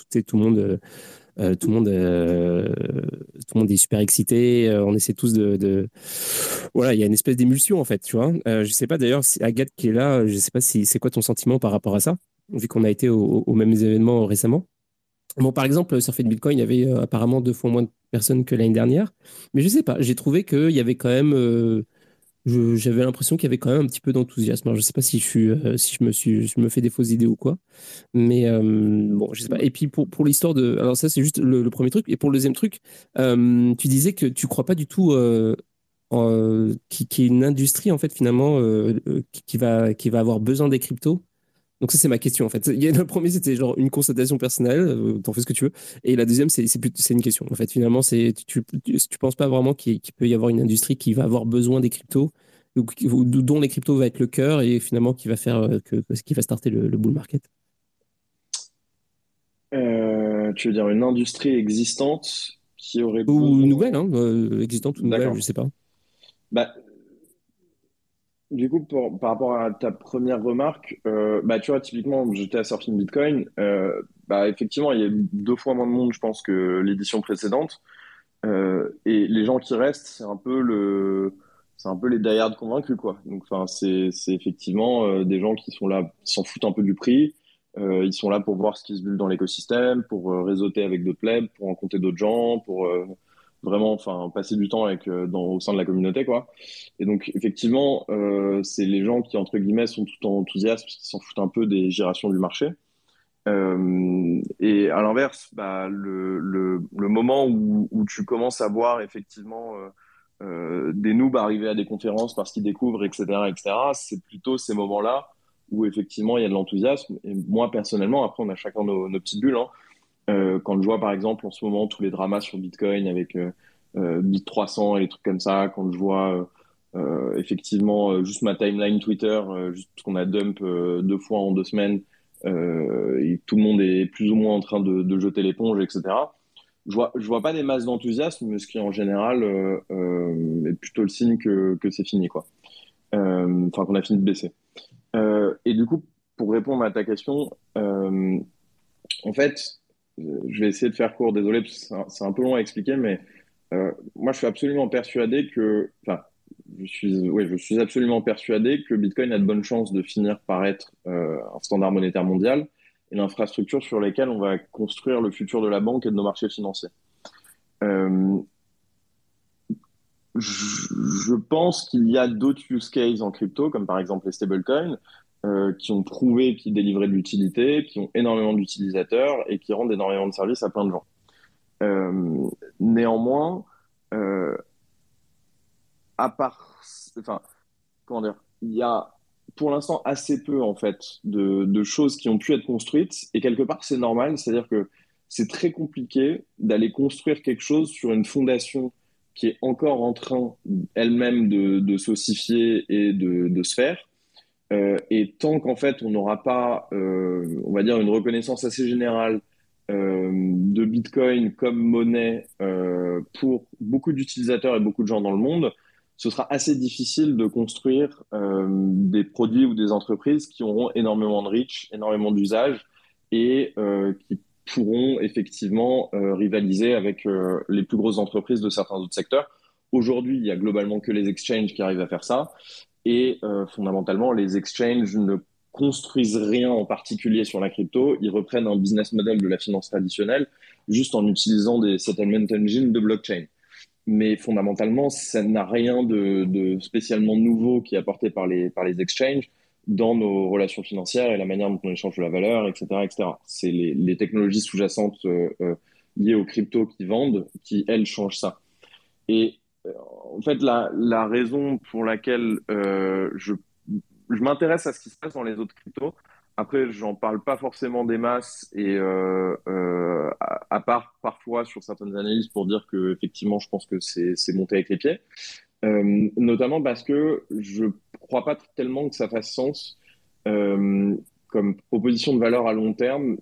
tout le monde est super excité. On essaie tous voilà, il y a une espèce d'émulsion en fait, tu vois. Je sais pas d'ailleurs si Agathe qui est là, je sais pas si c'est quoi ton sentiment par rapport à ça, vu qu'on a été aux mêmes événements récemment. Bon, par exemple, sur Fed Bitcoin, il y avait apparemment 2 fois moins de personnes que l'année dernière, mais je sais pas. J'ai trouvé qu'il y avait quand même, j'avais l'impression qu'il y avait quand même un petit peu d'enthousiasme. Alors, je sais pas si je me fais des fausses idées ou quoi. Mais bon, je sais pas. Et puis pour l'histoire de. Alors, ça, c'est juste le premier truc. Et pour le deuxième truc, tu disais que tu crois pas du tout qu'il y ait une industrie, en fait, finalement, qui va avoir besoin des cryptos. Donc, ça, c'est ma question, en fait. Le premier, c'était genre une constatation personnelle, t'en fais ce que tu veux. Et la deuxième, c'est une question. En fait, finalement, tu penses pas vraiment qu'il peut y avoir une industrie qui va avoir besoin des cryptos, ou dont les cryptos va être le cœur et finalement qui va faire qui va starter le bull market. Tu veux dire une industrie existante qui aurait Ou besoin... nouvelle, hein, existante ou nouvelle, je D'accord. sais pas. Bah, du coup, par rapport à ta première remarque, bah, tu vois, typiquement, j'étais à Surfing Bitcoin. Bah, effectivement, il y a eu 2 fois moins de monde, je pense, que l'édition précédente. Et les gens qui restent, c'est un peu les die-hard convaincus, quoi. Donc, enfin, c'est effectivement des gens qui sont là, qui s'en foutent un peu du prix. Ils sont là pour voir ce qui se bulle dans l'écosystème, pour réseauter avec d'autres plebs, pour rencontrer d'autres gens, pour vraiment, enfin, passer du temps au sein de la communauté, quoi. Et donc, effectivement, c'est les gens qui, entre guillemets, sont tout en enthousiasme, parce qu'ils s'en foutent un peu des gyrations du marché. Et à l'inverse, bah, le moment où tu commences à voir effectivement des noobs arriver à des conférences parce qu'ils découvrent, etc., c'est plutôt ces moments-là où effectivement il y a de l'enthousiasme. Et moi personnellement, après on a chacun nos petites bulles, hein. Quand je vois par exemple en ce moment tous les dramas sur Bitcoin avec Bit 300 et les trucs comme ça, quand je vois effectivement juste ma timeline Twitter, juste parce qu'on a dump 2 fois en 2 semaines et tout le monde est plus ou moins en train de jeter l'éponge, etc. Je vois pas des masses d'enthousiasme, mais ce qui en général est plutôt le signe que c'est fini, quoi. Enfin, qu'on a fini de baisser. Et du coup, pour répondre à ta question, en fait, je vais essayer de faire court, désolé, parce que c'est un peu long à expliquer, mais moi, je suis absolument persuadé que, enfin, oui, je suis absolument persuadé que Bitcoin a de bonnes chances de finir par être un standard monétaire mondial et l'infrastructure sur laquelle on va construire le futur de la banque et de nos marchés financiers. Euh, je pense qu'il y a d'autres use cases en crypto, comme par exemple les stablecoins, qui ont prouvé qu'ils délivraient de l'utilité, qui ont énormément d'utilisateurs et qui rendent énormément de services à plein de gens. Néanmoins, euh, à part, enfin, comment dire, il y a pour l'instant assez peu en fait de choses qui ont pu être construites et quelque part c'est normal, c'est-à-dire que c'est très compliqué d'aller construire quelque chose sur une fondation qui est encore en train elle-même de s'ossifier et de se faire. Et tant qu'en fait on n'aura pas, on va dire, une reconnaissance assez générale de Bitcoin comme monnaie pour beaucoup d'utilisateurs et beaucoup de gens dans le monde, ce sera assez difficile de construire des produits ou des entreprises qui auront énormément de reach, énormément d'usage et qui pourront effectivement rivaliser avec les plus grosses entreprises de certains autres secteurs. Aujourd'hui, il y a globalement que les exchanges qui arrivent à faire ça. Et fondamentalement, les exchanges ne construisent rien en particulier sur la crypto. Ils reprennent un business model de la finance traditionnelle juste en utilisant des settlement engines de blockchain. Mais fondamentalement, ça n'a rien de spécialement nouveau qui est apporté par les exchanges dans nos relations financières et la manière dont on échange de la valeur, etc., etc. C'est les technologies sous-jacentes liées aux cryptos qui vendent qui, elles, changent ça. Et en fait, la raison pour laquelle je m'intéresse à ce qui se passe dans les autres cryptos, après, j'en parle pas forcément des masses et à part parfois sur certaines analyses pour dire que effectivement, je pense que c'est monté avec les pieds. Notamment parce que je crois pas tellement que ça fasse sens euh, comme proposition de valeur à long terme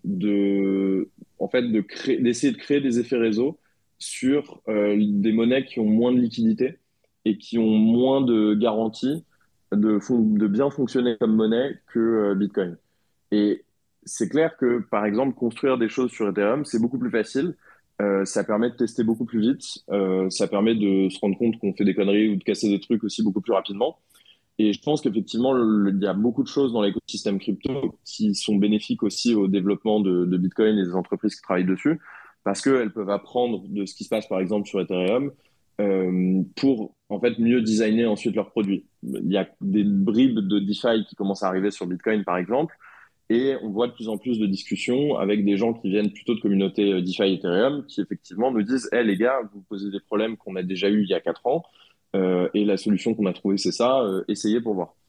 en fait, d'essayer de créer des effets réseau sur des monnaies qui ont moins de liquidité et qui ont moins de garanties de bien fonctionner comme monnaie que Bitcoin. Et c'est clair que, par exemple, construire des choses sur Ethereum, c'est beaucoup plus facile. Ça permet de tester beaucoup plus vite. Ça permet de se rendre compte qu'on fait des conneries ou de casser des trucs aussi beaucoup plus rapidement. Et je pense qu'effectivement, il y a beaucoup de choses dans l'écosystème crypto qui sont bénéfiques aussi au développement de Bitcoin et des entreprises qui travaillent dessus, parce qu'elles peuvent apprendre de ce qui se passe, par exemple, sur Ethereum, pour en fait mieux designer ensuite leurs produits. Il y a des bribes de DeFi qui commencent à arriver sur Bitcoin, par exemple, et on voit de plus en plus de discussions avec des gens qui viennent plutôt de communautés DeFi Ethereum, qui effectivement nous disent, hey, les gars, vous posez des problèmes qu'on a déjà eu il y a 4 ans. Et la solution qu'on a trouvée, c'est ça, essayez pour voir.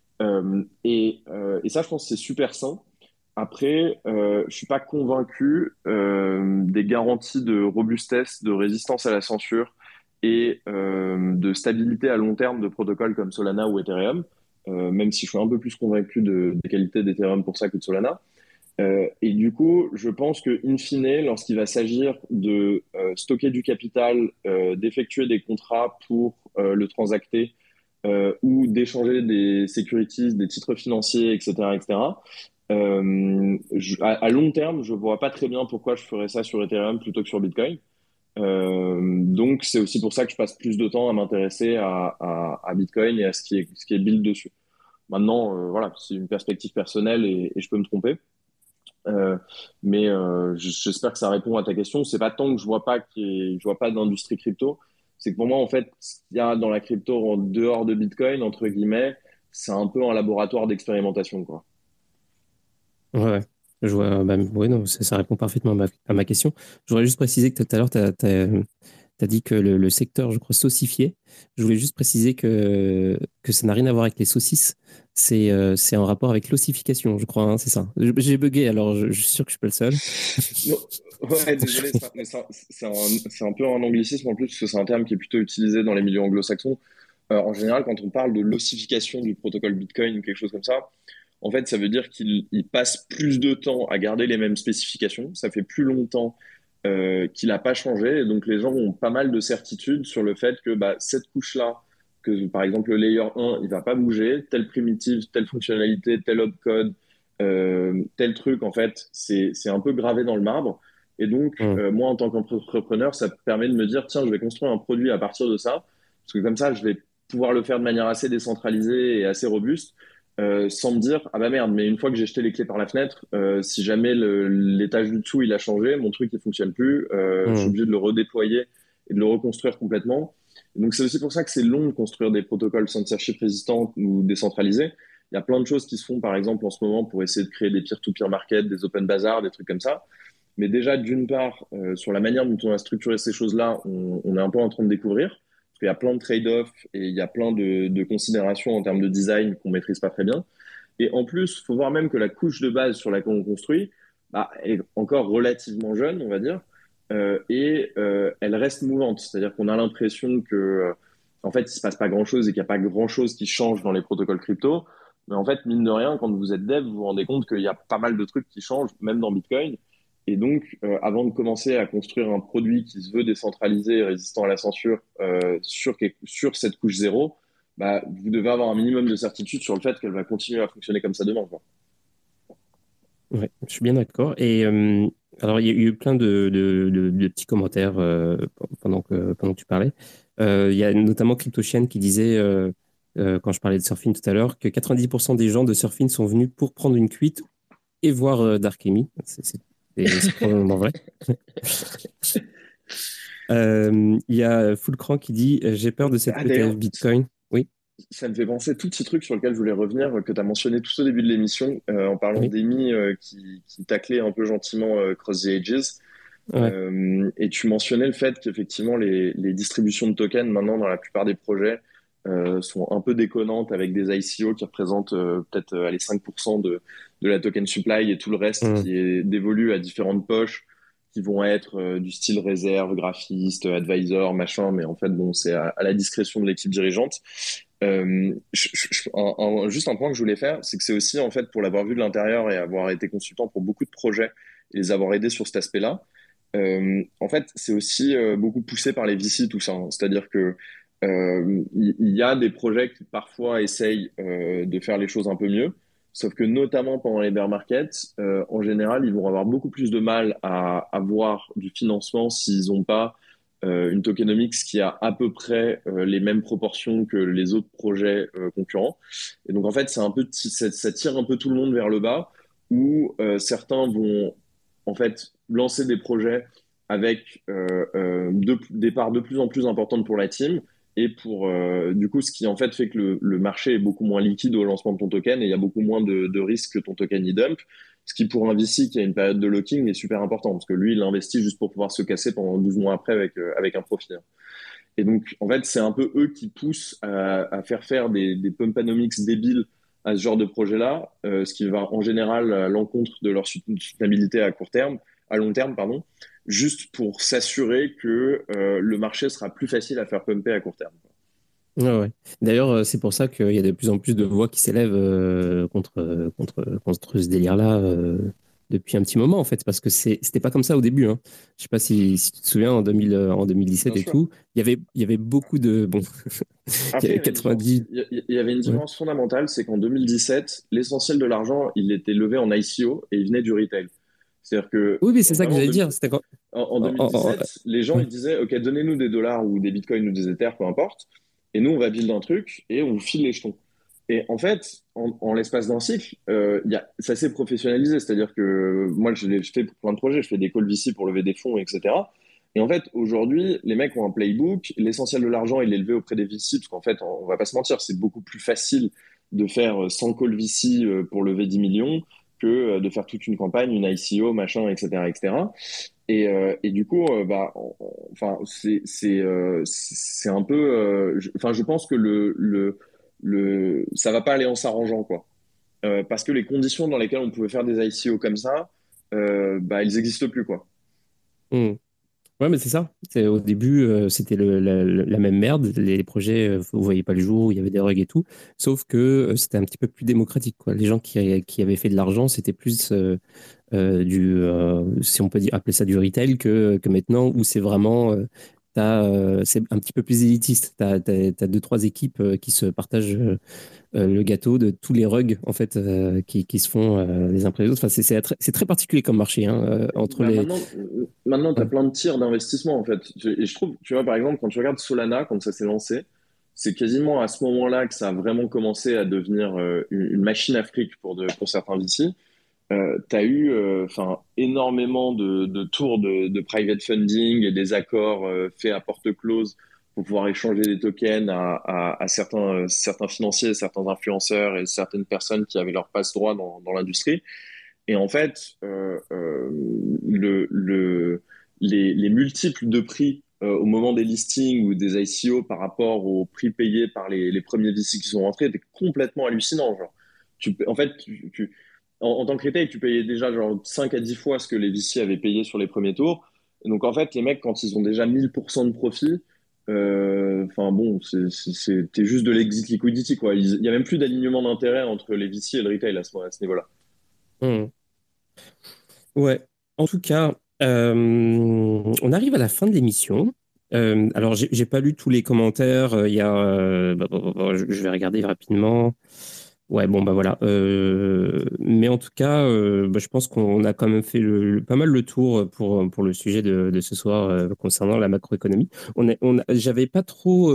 Et ça, je pense que c'est super sain. Après, je suis pas convaincu des garanties de robustesse, de résistance à la censure et de stabilité à long terme de protocoles comme Solana ou Ethereum, même si je suis un peu plus convaincu des qualités d'Ethereum pour ça que de Solana. Et du coup, je pense que, in fine, lorsqu'il va s'agir de stocker du capital, d'effectuer des contrats pour le transacter ou d'échanger des securities, des titres financiers, etc., etc., à long terme, je vois pas très bien pourquoi je ferais ça sur Ethereum plutôt que sur Bitcoin. Donc, c'est aussi pour ça que je passe plus de temps à m'intéresser à Bitcoin et à ce qui est build dessus. Maintenant, voilà, c'est une perspective personnelle et je peux me tromper. Euh, mais j'espère que ça répond à ta question. C'est pas tant que je vois pas d'industrie crypto, c'est que pour moi en fait, ce qu'il y a dans la crypto en dehors de Bitcoin entre guillemets, c'est un peu un laboratoire d'expérimentation quoi. Ouais, ouais. Je vois, bah, ouais, non, ça répond parfaitement à ma question. Je voudrais juste préciser que tout à l'heure, tu as dit que le secteur, je crois, saucifié. Je voulais juste préciser que ça n'a rien à voir avec les saucisses. C'est en rapport avec l'ossification, je crois, hein, c'est ça. J'ai bugué, alors je suis sûr que je suis pas le seul. Non, ouais, désolé, mais c'est un peu un anglicisme en plus, parce que c'est un terme qui est plutôt utilisé dans les milieux anglo-saxons. En général, quand on parle de l'ossification du protocole Bitcoin ou quelque chose comme ça, en fait, ça veut dire qu'il passe plus de temps à garder les mêmes spécifications. Ça fait plus longtemps qu'il n'a pas changé. Et donc, les gens ont pas mal de certitudes sur le fait que bah, cette couche-là, que par exemple le layer 1, il va pas bouger, telle primitive, telle fonctionnalité, tel opcode, tel truc, en fait, c'est un peu gravé dans le marbre. Et donc, Hum, moi, en tant qu'entrepreneur, ça permet de me dire, tiens, je vais construire un produit à partir de ça. Parce que comme ça, je vais pouvoir le faire de manière assez décentralisée et assez robuste sans me dire ah bah merde mais une fois que j'ai jeté les clés par la fenêtre si jamais l'étage du dessous il a changé mon truc il fonctionne plus je suis hum. obligé de le redéployer et de le reconstruire complètement et donc c'est aussi pour ça que c'est long de construire des protocoles censorship résistants ou décentralisés. Il y a plein de choses qui se font par exemple en ce moment pour essayer de créer des peer-to-peer market, des open bazaar, des trucs comme ça. Mais déjà d'une part sur la manière dont on a structuré ces choses-là on est un peu en train de découvrir il y a plein de trade-offs et il y a plein de considérations en termes de design qu'on maîtrise pas très bien. Et en plus, il faut voir même que la couche de base sur laquelle on construit, elle est encore relativement jeune, on va dire, elle reste mouvante. C'est-à-dire qu'on a l'impression que, en fait, il se passe pas grand-chose et qu'il n'y a pas grand-chose qui change dans les protocoles crypto. Mais en fait, mine de rien, quand vous êtes dev, vous vous rendez compte qu'il y a pas mal de trucs qui changent, même dans Bitcoin. Et donc, avant de commencer à construire un produit qui se veut décentralisé et résistant à la censure sur cette couche zéro, vous devez avoir un minimum de certitude sur le fait qu'elle va continuer à fonctionner comme ça demain, quoi. Ouais, je suis bien d'accord. Et alors, il y a eu plein de petits commentaires pendant que tu parlais. Il y a notamment CryptoChain qui disait, quand je parlais de surfing tout à l'heure, que 90% des gens de surfing sont venus pour prendre une cuite et voir Dark Amy. C'est probablement vrai. Il y a Fullcran qui dit j'ai peur de cette D'ailleurs, ETF Bitcoin. Oui, ça me fait penser tout petit truc sur lequel je voulais revenir, que tu as mentionné tout au début de l'émission, en parlant oui, d'Amy qui taclait un peu gentiment Cross the Ages. ouais. Et tu mentionnais le fait qu'effectivement, les distributions de tokens, maintenant, dans la plupart des projets, sont un peu déconnantes avec des ICO qui représentent peut-être les 5% de la token supply et tout le reste Hum, qui est dévolu à différentes poches qui vont être du style réserve, graphiste, advisor, machin, mais en fait, bon, c'est à la discrétion de l'équipe dirigeante. Juste un point que je voulais faire, c'est que c'est aussi, en fait, pour l'avoir vu de l'intérieur et avoir été consultant pour beaucoup de projets et les avoir aidés sur cet aspect-là, en fait, c'est aussi beaucoup poussé par les VC, tout ça, hein. C'est-à-dire que il y a des projets qui parfois essayent de faire les choses un peu mieux, sauf que notamment pendant les bear markets, en général, ils vont avoir beaucoup plus de mal à avoir du financement s'ils n'ont pas une tokenomics qui a à peu près les mêmes proportions que les autres projets concurrents. Et donc, en fait, c'est un peu, ça tire un peu tout le monde vers le bas, où certains vont en fait lancer des projets avec des parts de plus en plus importantes pour la team et pour du coup ce qui en fait fait que le marché est beaucoup moins liquide au lancement de ton token et il y a beaucoup moins de risques que ton token y dump, ce qui pour un VC qui a une période de locking est super important parce que lui il investit juste pour pouvoir se casser pendant 12 mois après avec un profit, hein. Et donc en fait c'est un peu eux qui poussent à faire des pumpanomics débiles à ce genre de projet-là, ce qui va en général à l'encontre de leur soutenabilité à long terme, pardon, juste pour s'assurer que le marché sera plus facile à faire pumper à court terme. Ouais, ouais. D'ailleurs, c'est pour ça qu'il y a de plus en plus de voix qui s'élèvent contre ce délire-là depuis un petit moment, en fait, parce que c'était pas comme ça au début, hein. Je sais pas si tu te souviens, en Bien 2017 et sûr. tout, il y avait beaucoup de... Bon, il y Après, avait 90... il y avait une Ouais. différence fondamentale, c'est qu'en 2017, l'essentiel de l'argent, il était levé en ICO et il venait du retail. C'est-à-dire que Oui, mais c'est ça que vraiment, j'allais dire. C'était quand... en en- en- en- 2017, les gens, ouais. ils disaient, OK, donnez-nous des dollars ou des bitcoins ou des ethers, peu importe. Et nous, on va build un truc et on vous file les jetons. Et en fait, en l'espace d'un cycle, ça s'est professionnalisé. C'est-à-dire que moi, je fais pour plein de projets. Je fais des calls VC pour lever des fonds, etc. Et en fait, aujourd'hui, les mecs ont un playbook. L'essentiel de l'argent, il est levé auprès des VC, parce qu'en fait, on va pas se mentir, c'est beaucoup plus facile de faire 100 calls VC pour lever 10 millions que de faire toute une campagne, une ICO, machin, etc., etc. Et du coup, enfin, c'est un peu, enfin, je pense que ça va pas aller en s'arrangeant, quoi. Parce que les conditions dans lesquelles on pouvait faire des ICO comme ça, elles existent plus, quoi. Hmm. Ouais, mais c'est ça. Au début, c'était la même merde. Les projets, vous voyez pas le jour, il y avait des rugs et tout. Sauf que c'était un petit peu plus démocratique, quoi. Les gens qui avaient fait de l'argent, c'était plus si on peut dire, appeler ça du retail, que maintenant, où c'est vraiment, c'est un petit peu plus élitiste. T'as deux, trois équipes qui se partagent le gâteau de tous les rugs, en fait, qui se font les uns après les autres. Enfin, c'est très particulier comme marché, hein, entre les... Maintenant, tu as Ouais. plein de tirs d'investissement, en fait. Et je trouve, tu vois, par exemple, quand tu regardes Solana, quand ça s'est lancé, c'est quasiment à ce moment-là que ça a vraiment commencé à devenir une machine à fric pour certains VC. Tu as eu énormément de tours de private funding et des accords faits à porte close pour pouvoir échanger des tokens à certains financiers, certains influenceurs et certaines personnes qui avaient leur passe-droit dans l'industrie. Et en fait, les multiples de prix au moment des listings ou des ICO par rapport aux prix payés par les premiers VC qui sont rentrés étaient complètement hallucinants. Genre. En fait, en tant que retail, tu payais déjà genre 5 à 10 fois ce que les VC avaient payé sur les premiers tours. Et donc en fait, les mecs, quand ils ont déjà 1000% de profit, enfin bon, c'était juste de l'exit liquidity, quoi. Il y a même plus d'alignement d'intérêt entre les VC et le retail à ce niveau-là. Hmm. Ouais. En tout cas, on arrive à la fin de l'émission. Alors, j'ai pas lu tous les commentaires. Il y a, je vais regarder rapidement. Ouais, bon, bah voilà. Mais en tout cas, bah, je pense qu'on a quand même fait pas mal le tour pour le sujet de ce soir concernant la macroéconomie. J'avais pas trop.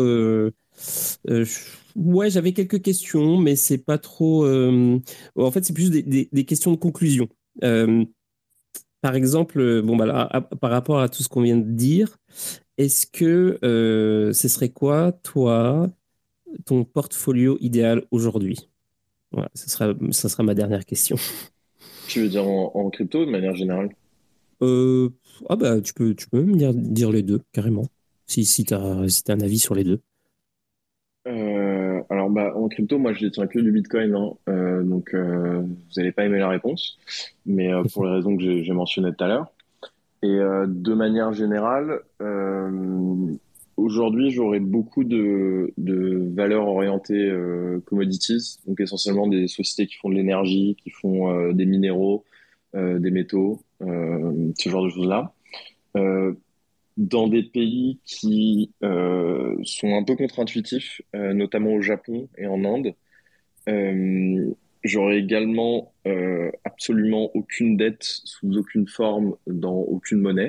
Ouais, j'avais quelques questions, mais c'est pas trop. En fait, c'est plus des questions de conclusion. Euh, Par exemple, bon, bah, là, par rapport à tout ce qu'on vient de dire, est-ce que ce serait quoi, toi, ton portfolio idéal aujourd'hui? Voilà, ça sera ma dernière question. Tu veux dire en crypto de manière générale? Euh, ah bah, tu peux même dire les deux, carrément, si t'as un avis sur les deux. Alors bah en crypto, moi je détiens que du Bitcoin, hein. Donc vous n'allez pas aimer la réponse, mais pour les raisons que j'ai mentionnées tout à l'heure. Et de manière générale, aujourd'hui j'aurais beaucoup de valeurs orientées commodities, donc essentiellement des sociétés qui font de l'énergie, qui font des minéraux, des métaux, ce genre de choses-là. Euh, dans des pays qui sont un peu contre-intuitifs, notamment au Japon et en Inde. Euh, J'aurais également absolument aucune dette sous aucune forme dans aucune monnaie.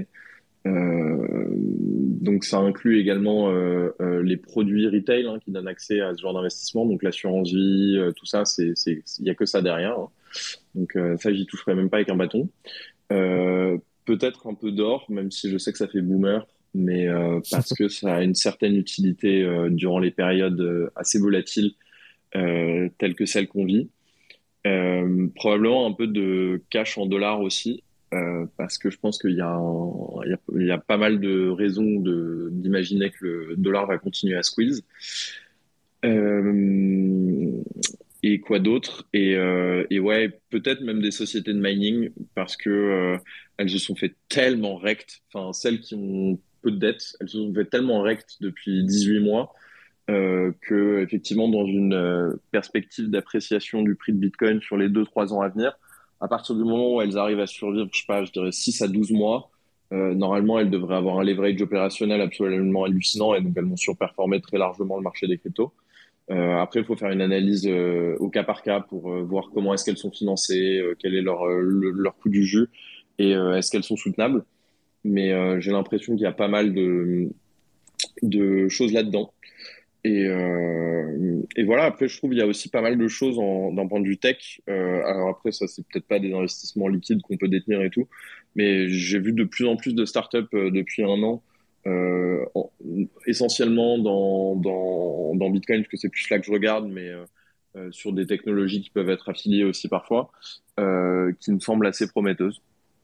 Donc ça inclut également les produits retail, hein, qui donnent accès à ce genre d'investissement, donc l'assurance vie, tout ça, il y a que ça derrière, hein. Donc ça, j'y toucherai même pas avec un bâton. Peut-être un peu d'or, même si je sais que ça fait boomer, mais parce que ça a une certaine utilité durant les périodes assez volatiles telles que celles qu'on vit. Probablement un peu de cash en dollars aussi, parce que je pense qu'il y a, il y a pas mal de raisons d'imaginer que le dollar va continuer à squeeze. Euh, et quoi d'autre? Et ouais, peut-être même des sociétés de mining parce que elles se sont fait tellement rectes, enfin celles qui ont peu de dettes, elles se sont fait tellement rectes depuis 18 mois que effectivement dans une perspective d'appréciation du prix de Bitcoin sur les 2 3 ans à venir, à partir du moment où elles arrivent à survivre, je sais pas, je dirais 6 à 12 mois, normalement elles devraient avoir un leverage opérationnel absolument hallucinant et donc elles vont surperformer très largement le marché des cryptos. Après, il faut faire une analyse au cas par cas pour voir comment est-ce qu'elles sont financées, quel est leur coût du jus et est-ce qu'elles sont soutenables. Mais j'ai l'impression qu'il y a pas mal de choses là-dedans. Et voilà, après, je trouve qu'il y a aussi pas mal de choses d'un point de vue tech. Alors après, ça, c'est peut-être pas des investissements liquides qu'on peut détenir et tout, mais j'ai vu de plus en plus de startups depuis un an, essentiellement dans Bitcoin, parce que c'est plus là que je regarde, mais sur des technologies qui peuvent être affiliées aussi parfois, qui me semblent assez prometteuses.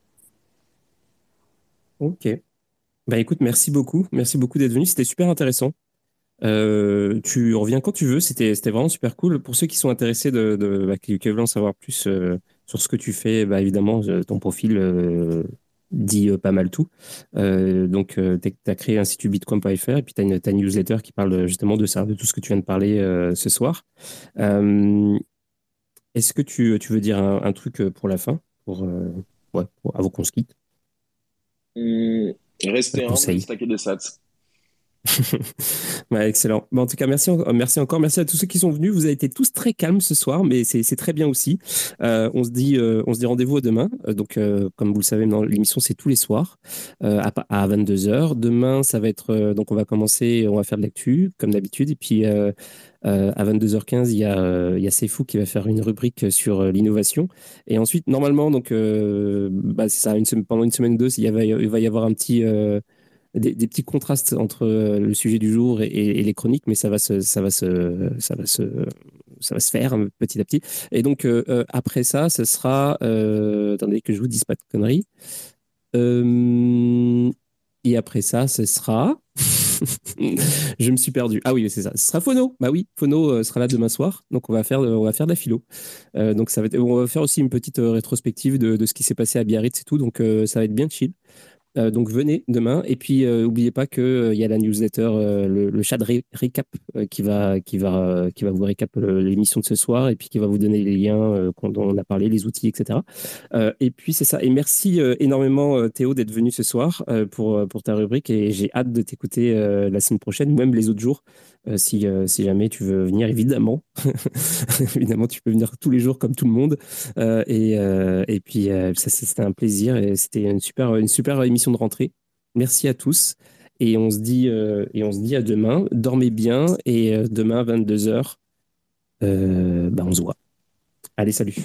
Ok. Bah écoute, merci beaucoup. Merci beaucoup d'être venu. C'était super intéressant. Tu reviens quand tu veux. C'était vraiment super cool. Pour ceux qui sont intéressés qui veulent en savoir plus sur ce que tu fais, bah évidemment, ton profil dit pas mal tout. Donc, tu as créé l'Institut Bitcoin.fr et puis tu as une newsletter qui parle justement de ça, de tout ce que tu viens de parler ce soir. Euh, Est-ce que tu veux dire un truc pour la fin, ouais, avant qu'on se quitte? Hum, Un Restez humble et conseil. stacker des sats. Ouais, excellent. En tout cas, merci encore. Merci à tous ceux qui sont venus. Vous avez été tous très calmes ce soir, mais c'est très bien aussi. On se dit rendez-vous à demain. Donc, comme vous le savez, dans l'émission, c'est tous les soirs à 22 heures. Demain, ça va être. Donc, on va commencer, on va faire de l'actu, comme d'habitude. Et puis, à 22h15, il y a Seyfou qui va faire une rubrique sur l'innovation. Et ensuite, normalement, donc, bah, c'est ça, pendant une semaine ou deux, il va y avoir un petit. Des petits contrastes entre le sujet du jour et les chroniques, mais ça va se faire petit à petit. Et donc, après ça, ce sera. Attendez que je vous dise pas de conneries. Euh, et après ça, ce sera. Je me suis perdu. Ah oui, c'est ça. Ce sera Phono. Bah oui, Phono sera là demain soir. Donc on va faire de la philo. Donc ça va être, on va faire aussi une petite rétrospective de ce qui s'est passé à Biarritz et tout. Donc ça va être bien chill. Donc venez demain et puis n'oubliez pas que il y a la newsletter le chat de récap qui va vous récap l'émission de ce soir et puis qui va vous donner les liens dont on a parlé, les outils, etc. Et puis c'est ça. Et merci énormément Théo d'être venu ce soir pour ta rubrique et j'ai hâte de t'écouter la semaine prochaine ou même les autres jours si jamais tu veux venir évidemment. Évidemment tu peux venir tous les jours comme tout le monde. Et puis, ça, c'était un plaisir et c'était une super émission de rentrée. Merci à tous et on se dit à demain. Dormez bien et demain à 22h, on se voit. Allez, salut.